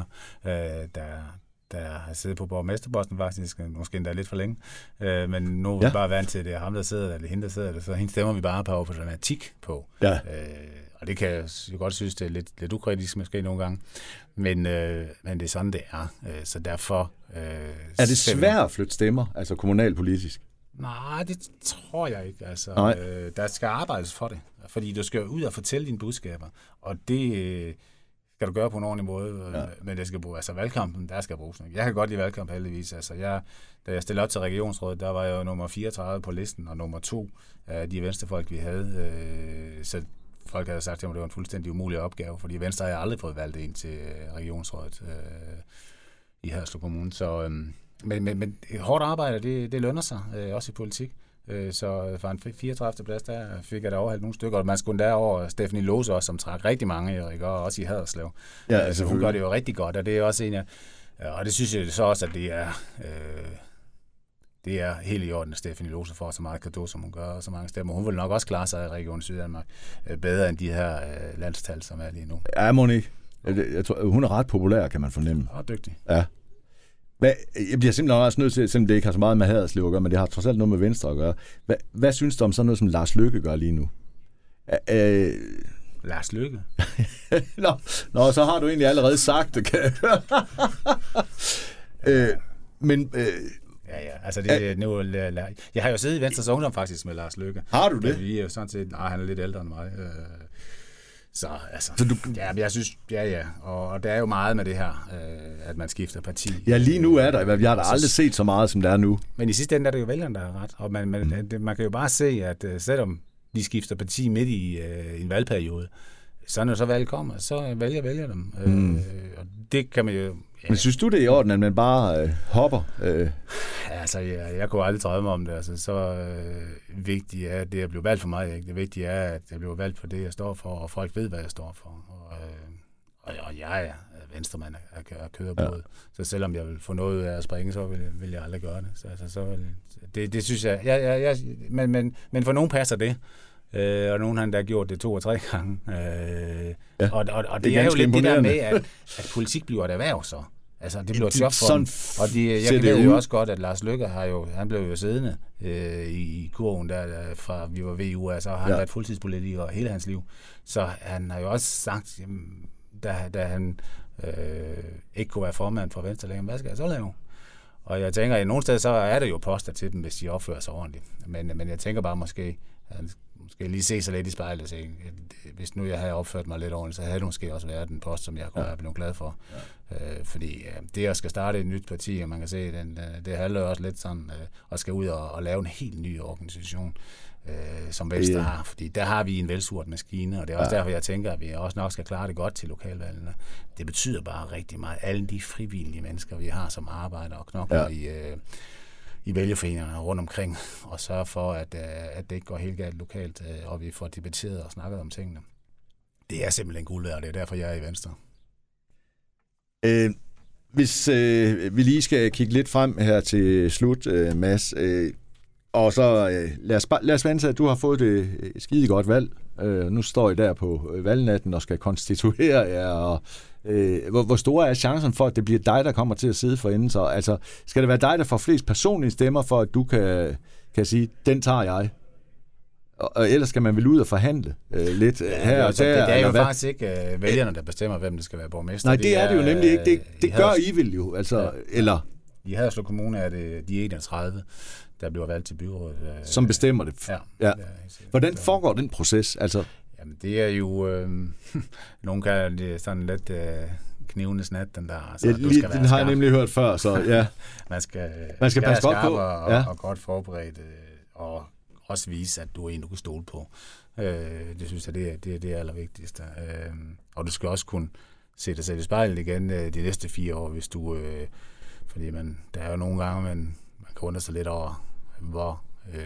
der har siddet på borgmesterposten faktisk, måske endda lidt for længe. Men nu er vi bare vant til, at det er ham, der sidder der, eller hende, der sidder der, så hende stemmer vi bare på automatik på. Ja. Og det kan jeg jo godt synes, det er lidt ukritisk måske nogle gange. Men det er sådan, det er. Så derfor... er det svært at flytte stemmer, altså kommunalpolitisk? Nej, det tror jeg ikke. Altså, der skal arbejdes for det, fordi du skal ud og fortælle dine budskaber, og det skal du gøre på en ordentlig måde, men det skal bruge, altså valgkampen, der skal bruges. Jeg kan godt lide valgkamp heldigvis. Altså, da jeg stillede op til regionsrådet, der var jeg jo nummer 34 på listen, og nummer 2 af de venstrefolk, vi havde. Så folk havde sagt, at det var en fuldstændig umulig opgave, fordi Venstre har aldrig fået valgt ind til regionsrådet i Haderslev Kommune. Så... Men hårdt arbejde, det lønner sig, også i politik. Så fra en 34. plads, der fik jeg da overhældt nogle stykker, og man skulle derover Stephanie Lose også, som trak rigtig mange, og også i Haderslev. Ja, så hun gør det jo rigtig godt, og det er også en af, og det synes jeg så også, at det er helt i orden, at Stephanie Lose får så meget cadeau, som hun gør, og så mange stemmer. Hun vil nok også klare sig i Region Syddanmark bedre end de her landstal, som er lige nu. Ja, Monique. Jeg tror, hun er ret populær, kan man fornemme. Og dygtig. Ja. Jeg bliver simpelthen også nødt til, selvom det ikke har så meget med Haderslev at gøre, men det har trods alt noget med Venstre at gøre. Hvad synes du om sådan noget, som Lars Løkke gør lige nu? Lars Løkke? Nå, så har du egentlig allerede sagt det, kan men... altså det nu... Jeg har jo siddet i Venstres Ungdom faktisk med Lars Løkke. Har du det? Vi er jo sådan set... han er lidt ældre end mig. Så men jeg synes, og der er jo meget med det her, at man skifter parti. Ja, lige nu er der. Jeg har da aldrig set så meget, som det er nu. Men i sidste ende er det jo vælgerne, der har ret. Og man kan jo bare se, at selvom de skifter parti midt i en valgperiode, så når så valget kommer, så vælger dem. Og det kan man jo... Ja. Men synes du, det er i orden, at man bare hopper? Altså, jeg kunne aldrig drømme om det. Altså, så vigtigt er det at blive valgt for mig. Ikke? Det vigtige er, at jeg bliver valgt på det, jeg står for, og folk ved, hvad jeg står for. Og jeg er venstremand af kød og blod. Ja. Så selvom jeg vil få noget af at springe, så vil jeg aldrig gøre det. Det synes jeg... Men for nogen passer det. Og nogen har endda gjort det 2 og 3 gange. Og det er jo lidt det der med, at politik bliver et erhverv så. Altså, det bliver et job for dem. Og jeg ved jo også godt, at Lars Løkke han blev jo siddende i kurven der fra vi var VU, altså har han været fuldtidspolitiker hele hans liv. Så han har jo også sagt, da han ikke kunne være formand for Venstre længere, hvad skal jeg så lave? Og jeg tænker, at i nogle steder så er det jo poster til dem, hvis de opfører sig ordentligt. Men jeg tænker bare måske, han måske lige se sig lidt i spejlet og sige, hvis nu jeg havde opført mig lidt ordentligt, så havde det måske også været den post, som jeg kunne have blevet glad for. Fordi det at skal starte et nyt parti, og man kan se, det handler også lidt sådan, at skal ud og lave en helt ny organisation, som Venstre har. Fordi der har vi en velsurt maskine, og det er også derfor, jeg tænker, at vi også nok skal klare det godt til lokalvalgene. Det betyder bare rigtig meget. Alle de frivillige mennesker, vi har, som arbejder og knokler i vælgerforeningerne rundt omkring, og sørge for, at det ikke går helt galt lokalt, og vi får debatteret og snakket om tingene. Det er simpelthen guld værd, og det er derfor, jeg er i Venstre. Hvis vi lige skal kigge lidt frem her til slut, Mads, og så lad os vente, at du har fået det skide godt valg. Nu står I der på valgnatten og skal konstituere jer, og hvor store er chancen for, at det bliver dig, der kommer til at sidde for enden? Så altså, skal det være dig, der får flest personlige stemmer, for at du kan sige, den tager jeg? Og ellers skal man vel ud og forhandle lidt her og der. Det er jo faktisk ikke vælgerne, der bestemmer, hvem det skal være borgmester. Nej, det er det jo nemlig ikke. Det gør I vel jo. Altså, eller... I Haderslev Kommune er det de 31, der bliver valgt til byrådet. Som bestemmer det. Ja. Hvordan foregår den proces? Altså... Jamen, det er jo... nogen kalder det sådan lidt... knivenes nat, den der. Altså, den har jeg nemlig hørt før, så ja. man skal passe godt på. Og godt forberedt, og også vise, at du er en, du kan stole på. Det synes jeg, det er det allervigtigste. Og du skal også kunne se dig selv i spejlet igen de næste 4 år, hvis du... fordi der er jo nogle gange, man kan undre sig lidt over, hvor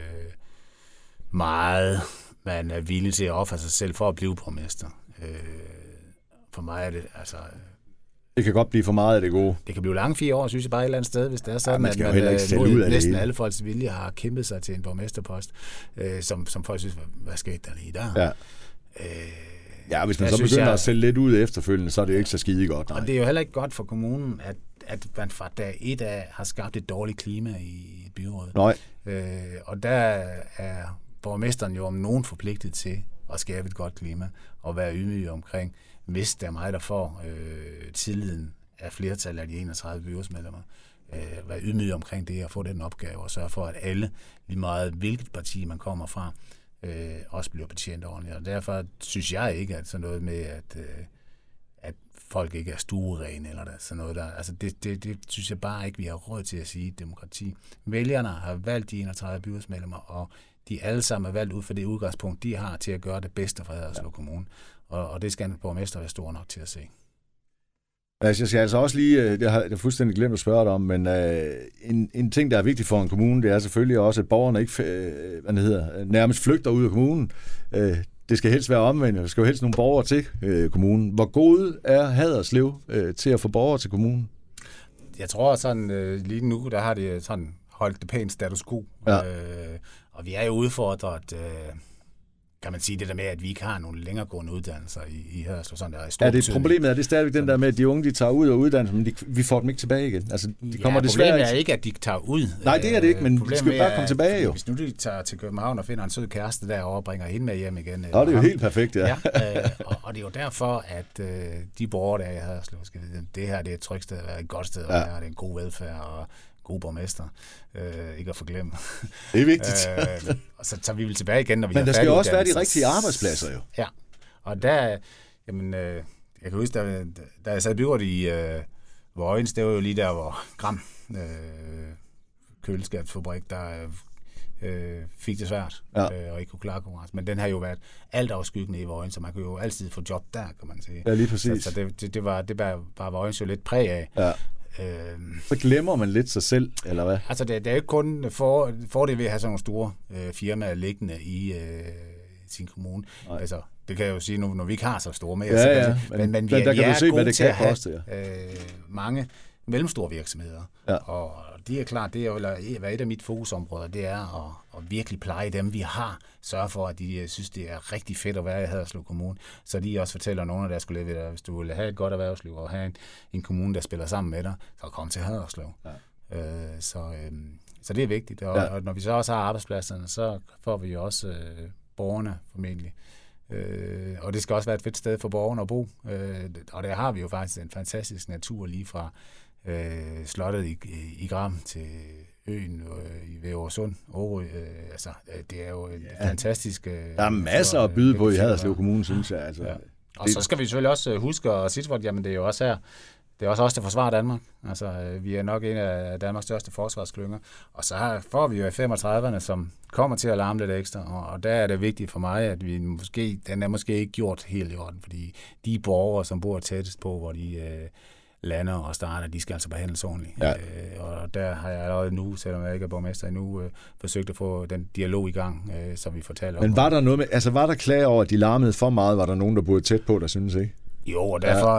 meget man er villig til at ofre sig selv for at blive borgmester. For mig er det, altså... Det kan godt blive for meget af det gode. Det kan blive lange 4 år, synes jeg bare et eller andet sted, hvis det er sådan, at man næsten alle folks vilje har kæmpet sig til en borgmesterpost, som folk synes, hvad skete der lige der? Ja. Hvis man så begynder at sælge lidt ud efterfølgende, så er det jo ikke så skide godt. Nej. Og det er jo heller ikke godt for kommunen, at man fra dag 1 af har skabt et dårligt klima i byrådet. Nej. Og der er borgmesteren jo om nogen forpligtet til at skabe et godt klima og være ydmyg omkring, hvis der er mig, der får tilliden af flertal af de 31 byrådsmedlemmer, være ydmyg omkring det og få den opgave og sørge for, at alle, lige meget hvilket parti man kommer fra, også bliver betjent ordentligt. Og derfor synes jeg ikke, at sådan noget med, at folk ikke er stuerene eller sådan noget der. Altså det synes jeg bare ikke, vi har råd til at sige i demokrati. Vælgerne har valgt de 31 byrådsmedlemmer, og de alle sammen er valgt ud fra det udgangspunkt, de har til at gøre det bedste for Haderslev Kommune. Og det skal en borgmester være stor nok til at se. Altså, jeg skal altså også lige, det har jeg fuldstændig glemt at spørge dig om, men en ting, der er vigtig for en kommune, det er selvfølgelig også, at borgerne ikke nærmest flygter ud af kommunen. Det skal helst være omvendt, der skal jo helst nogle borgere til kommunen. Hvor gode er Haderslev til at få borgere til kommunen? Jeg tror sådan, lige nu, der har de sådan holdt det pænt status quo. Ja. Og vi er jo udfordret... kan man sige det der med, at vi ikke har nogle længeregående uddannelser i Haderslev, sådan der er stor betydning. Problemet er det stadigvæk den der med, at de unge, de tager ud og uddannelser, men vi får dem ikke tilbage igen. Altså, de kommer desværre problemet er ikke, at de tager ud. Nej, det er det ikke, men de skal bare komme tilbage jo. Hvis nu de tager til København og finder en sød kæreste derovre og bringer hende med hjem igen. Og det er jo helt perfekt, ja. Og det er jo derfor, at de borgere, der er i Haderslev, skal vide, det her det er et trygt sted at være, et godt sted at være, det er en god velfærd og god borgmester. Ikke at forglemme. Det er vigtigt. Og så tager vi vel tilbage igen, når vi men der skal jo også være de rigtige arbejdspladser jo. Ja, og der, jamen, jeg kan huske, da jeg sad i byrådet i Vojens, det var jo lige der, hvor Gram køleskabsfabrik, der fik det svært og ikke kunne klare konkurrence. Men den har jo været alt afskyggende i Vojens, så man kunne jo altid få job der, kan man sige. Ja, lige præcis. Så det var Vojens jo lidt præg af. Ja. Så glemmer man lidt sig selv, eller hvad? Altså, det er jo ikke kun fordel ved at have sådan nogle store firmaer liggende i sin kommune. Nej. Altså, det kan jeg jo sige, når vi ikke har så store med. Men vi er se, gode til at have mange mellemstore virksomheder. Ja. Og det er klart, det er jo et af mit fokusområder, det er at virkelig pleje dem, vi har. Sørge for, at de synes, det er rigtig fedt at være i Haderslev Kommune. Så de også fortæller nogen af deres kolleger, hvis du vil have et godt erhvervsliv og have en kommune, der spiller sammen med dig, så kom til Haderslev. Ja. Så det er vigtigt. Og når vi så også har arbejdspladserne, så får vi jo også borgerne formentlig. Og det skal også være et fedt sted for borgerne at bo. Og der har vi jo faktisk en fantastisk natur lige fra slottet i Gram til øen ved Åresund, Årø. Det er jo en fantastisk... der er masser at byde på i Haderslev Kommune, synes jeg. Altså. Ja. Og så skal vi selvfølgelig også huske at sige, at det er jo også her, det er også os, der forsvarer Danmark. Altså, vi er nok en af Danmarks største forsvarsklynger. Og så får vi jo i 35'erne, som kommer til at larme lidt ekstra. Og der er det vigtigt for mig, at den er måske ikke gjort helt i orden, fordi de borgere, som bor tættest på, hvor de lander og starter, de skal altså behandles ordentligt. Ja. Og der har jeg allerede nu, selvom jeg ikke er borgmester endnu, forsøgt at få den dialog i gang, så vi fortæller om. Men var der noget med, altså var der klage over, at de larmede for meget? Var der nogen, der boede tæt på, der synes ikke? Jo, og derfor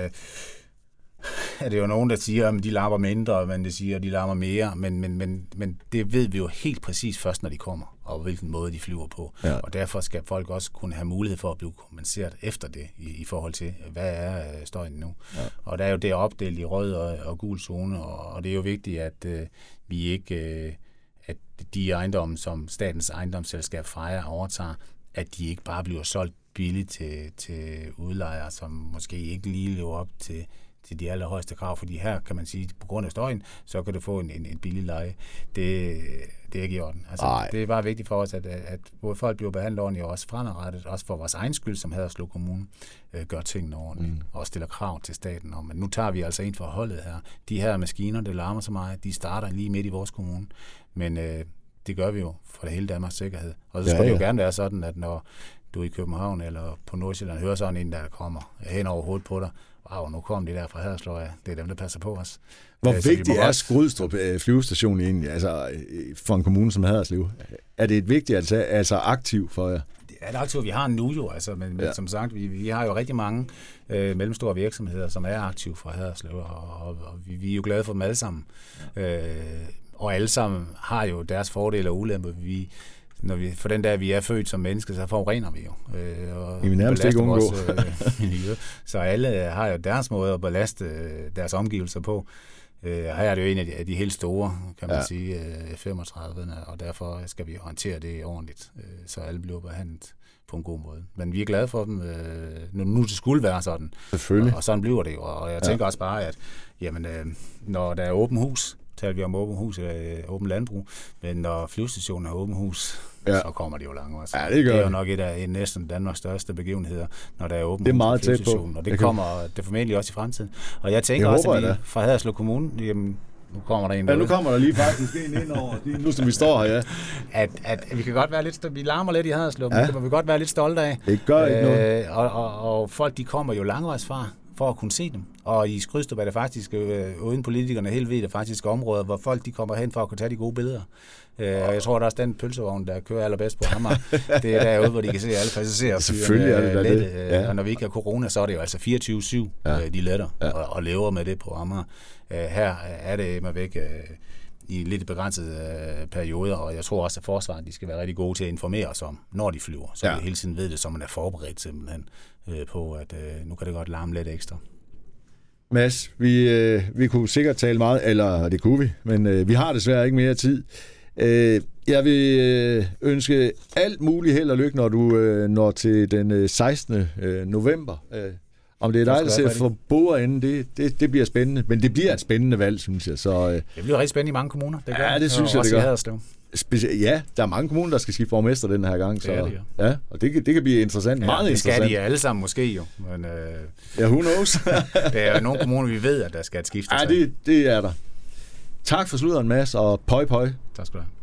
er det jo nogen, der siger, at de larmer mindre, men det siger, at de larmer mere. Men det ved vi jo helt præcis først, når de kommer, og hvilken måde de flyver på. Ja. Og derfor skal folk også kunne have mulighed for at blive kompenseret efter det, i forhold til, hvad er støjen nu. Ja. Og der er jo det opdelt i rød og gul zone, og det er jo vigtigt, at vi ikke, at de ejendomme, som statens ejendomsselskab Freja overtager, at de ikke bare bliver solgt billigt til udlejere, som måske ikke lige lever op til de allerhøjeste krav, fordi her kan man sige, på grund af støjen, så kan du få en billig leje. Det er ikke i orden. Altså, det er bare vigtigt for os, at både folk bliver behandlet ordentligt, og også fremadrettet, også for vores egen skyld, som Haderslev Kommune, gør tingene ordentligt, og stiller krav til staten om. Men nu tager vi altså ind for holdet her. De her maskiner, det larmer så meget, de starter lige midt i vores kommune. Men det gør vi jo for hele Danmarks sikkerhed. Og så skulle det jo gerne være sådan, at når du er i København eller på Nordsjælland hører sådan en, der kommer hen over hovedet på dig, wow, nu kom de der fra Haderslev, det er dem, der passer på os. Hvor vigtig er Skrydstrup flyvestation egentlig, altså for en kommune som Haderslev? Er det et vigtigt, altså aktiv for jer? Det er et aktiv, vi har nu jo, altså, men som sagt, vi har jo rigtig mange mellemstore virksomheder, som er aktive fra Haderslev, og vi er jo glade for dem alle sammen. Og alle sammen har jo deres fordele og ulemper. For den dag, vi er født som mennesker, så forurener vi jo. I vil nærmest ikke undgå. Miljø. Så alle har jo deres måde at belaste deres omgivelser på. Her er det jo en af de helt store, kan man sige, 35'erne, og derfor skal vi håndtere det ordentligt, så alle bliver behandlet på en god måde. Men vi er glade for dem. Nu det skulle være sådan. Selvfølgelig. Og sådan bliver det jo. Og jeg tænker også bare, at når der er åben hus, taler vi om åben hus eller åben landbrug, men når flyvestationen er åben hus, så kommer det jo langt. Altså. Ja, det er jo nok et af næsten Danmarks største begivenheder, når der er åben hus. Det er meget tæt på. Og det kommer det formentlig også i fremtiden. Og jeg tænker også, at vi fra Haderslev Kommune, nu kommer der en nu kommer der lige faktisk en ind over, nu som vi står her, at vi kan godt være lidt, vi larmer lidt i Haderslev, men det må vi godt være lidt stolte af. Det gør ikke noget. Og folk, de kommer jo langvejs fra, for at kunne se dem. Og i Skrydstrup er det faktisk, uden politikerne helt ved, det faktisk områder, hvor folk de kommer hen for at kunne tage de gode billeder. Og jeg tror, der er også den pølsevogn, der kører allerbedst på Amager. Det er derude, hvor de kan se alle passagerer. Selvfølgelig er det det. Og når vi ikke har corona, så er det jo altså 24/7, de letter og lever med det på Amager. Her er det med væk i lidt begrænsede perioder, og jeg tror også, at forsvaret de skal være rigtig gode til at informere os om, når de flyver. Så vi hele tiden ved det, så man er forberedt simpelthen på, at nu kan det godt larme lidt ekstra. Mads, vi kunne sikkert tale meget, eller det kunne vi, men vi har desværre ikke mere tid. Jeg vil ønske alt muligt held og lykke, når du når til den 16. november. Om det er dig, der ser for bordenden, det bliver spændende. Men det bliver et spændende valg, synes jeg. Så, det bliver rigtig spændende i mange kommuner. Det gør. Ja, det synes jeg, det gør. Ja, der er mange kommuner, der skal skifte borgmester den her gang. Så, det er det, ja. Og det kan blive interessant. Ja, meget interessant. Det skal de alle sammen måske jo. Men, who knows? Der er nogle kommuner, vi ved, at der skal et skifte. Ja, det er der. Tak for sluderen, Mads, og pøj. Tak skal du have.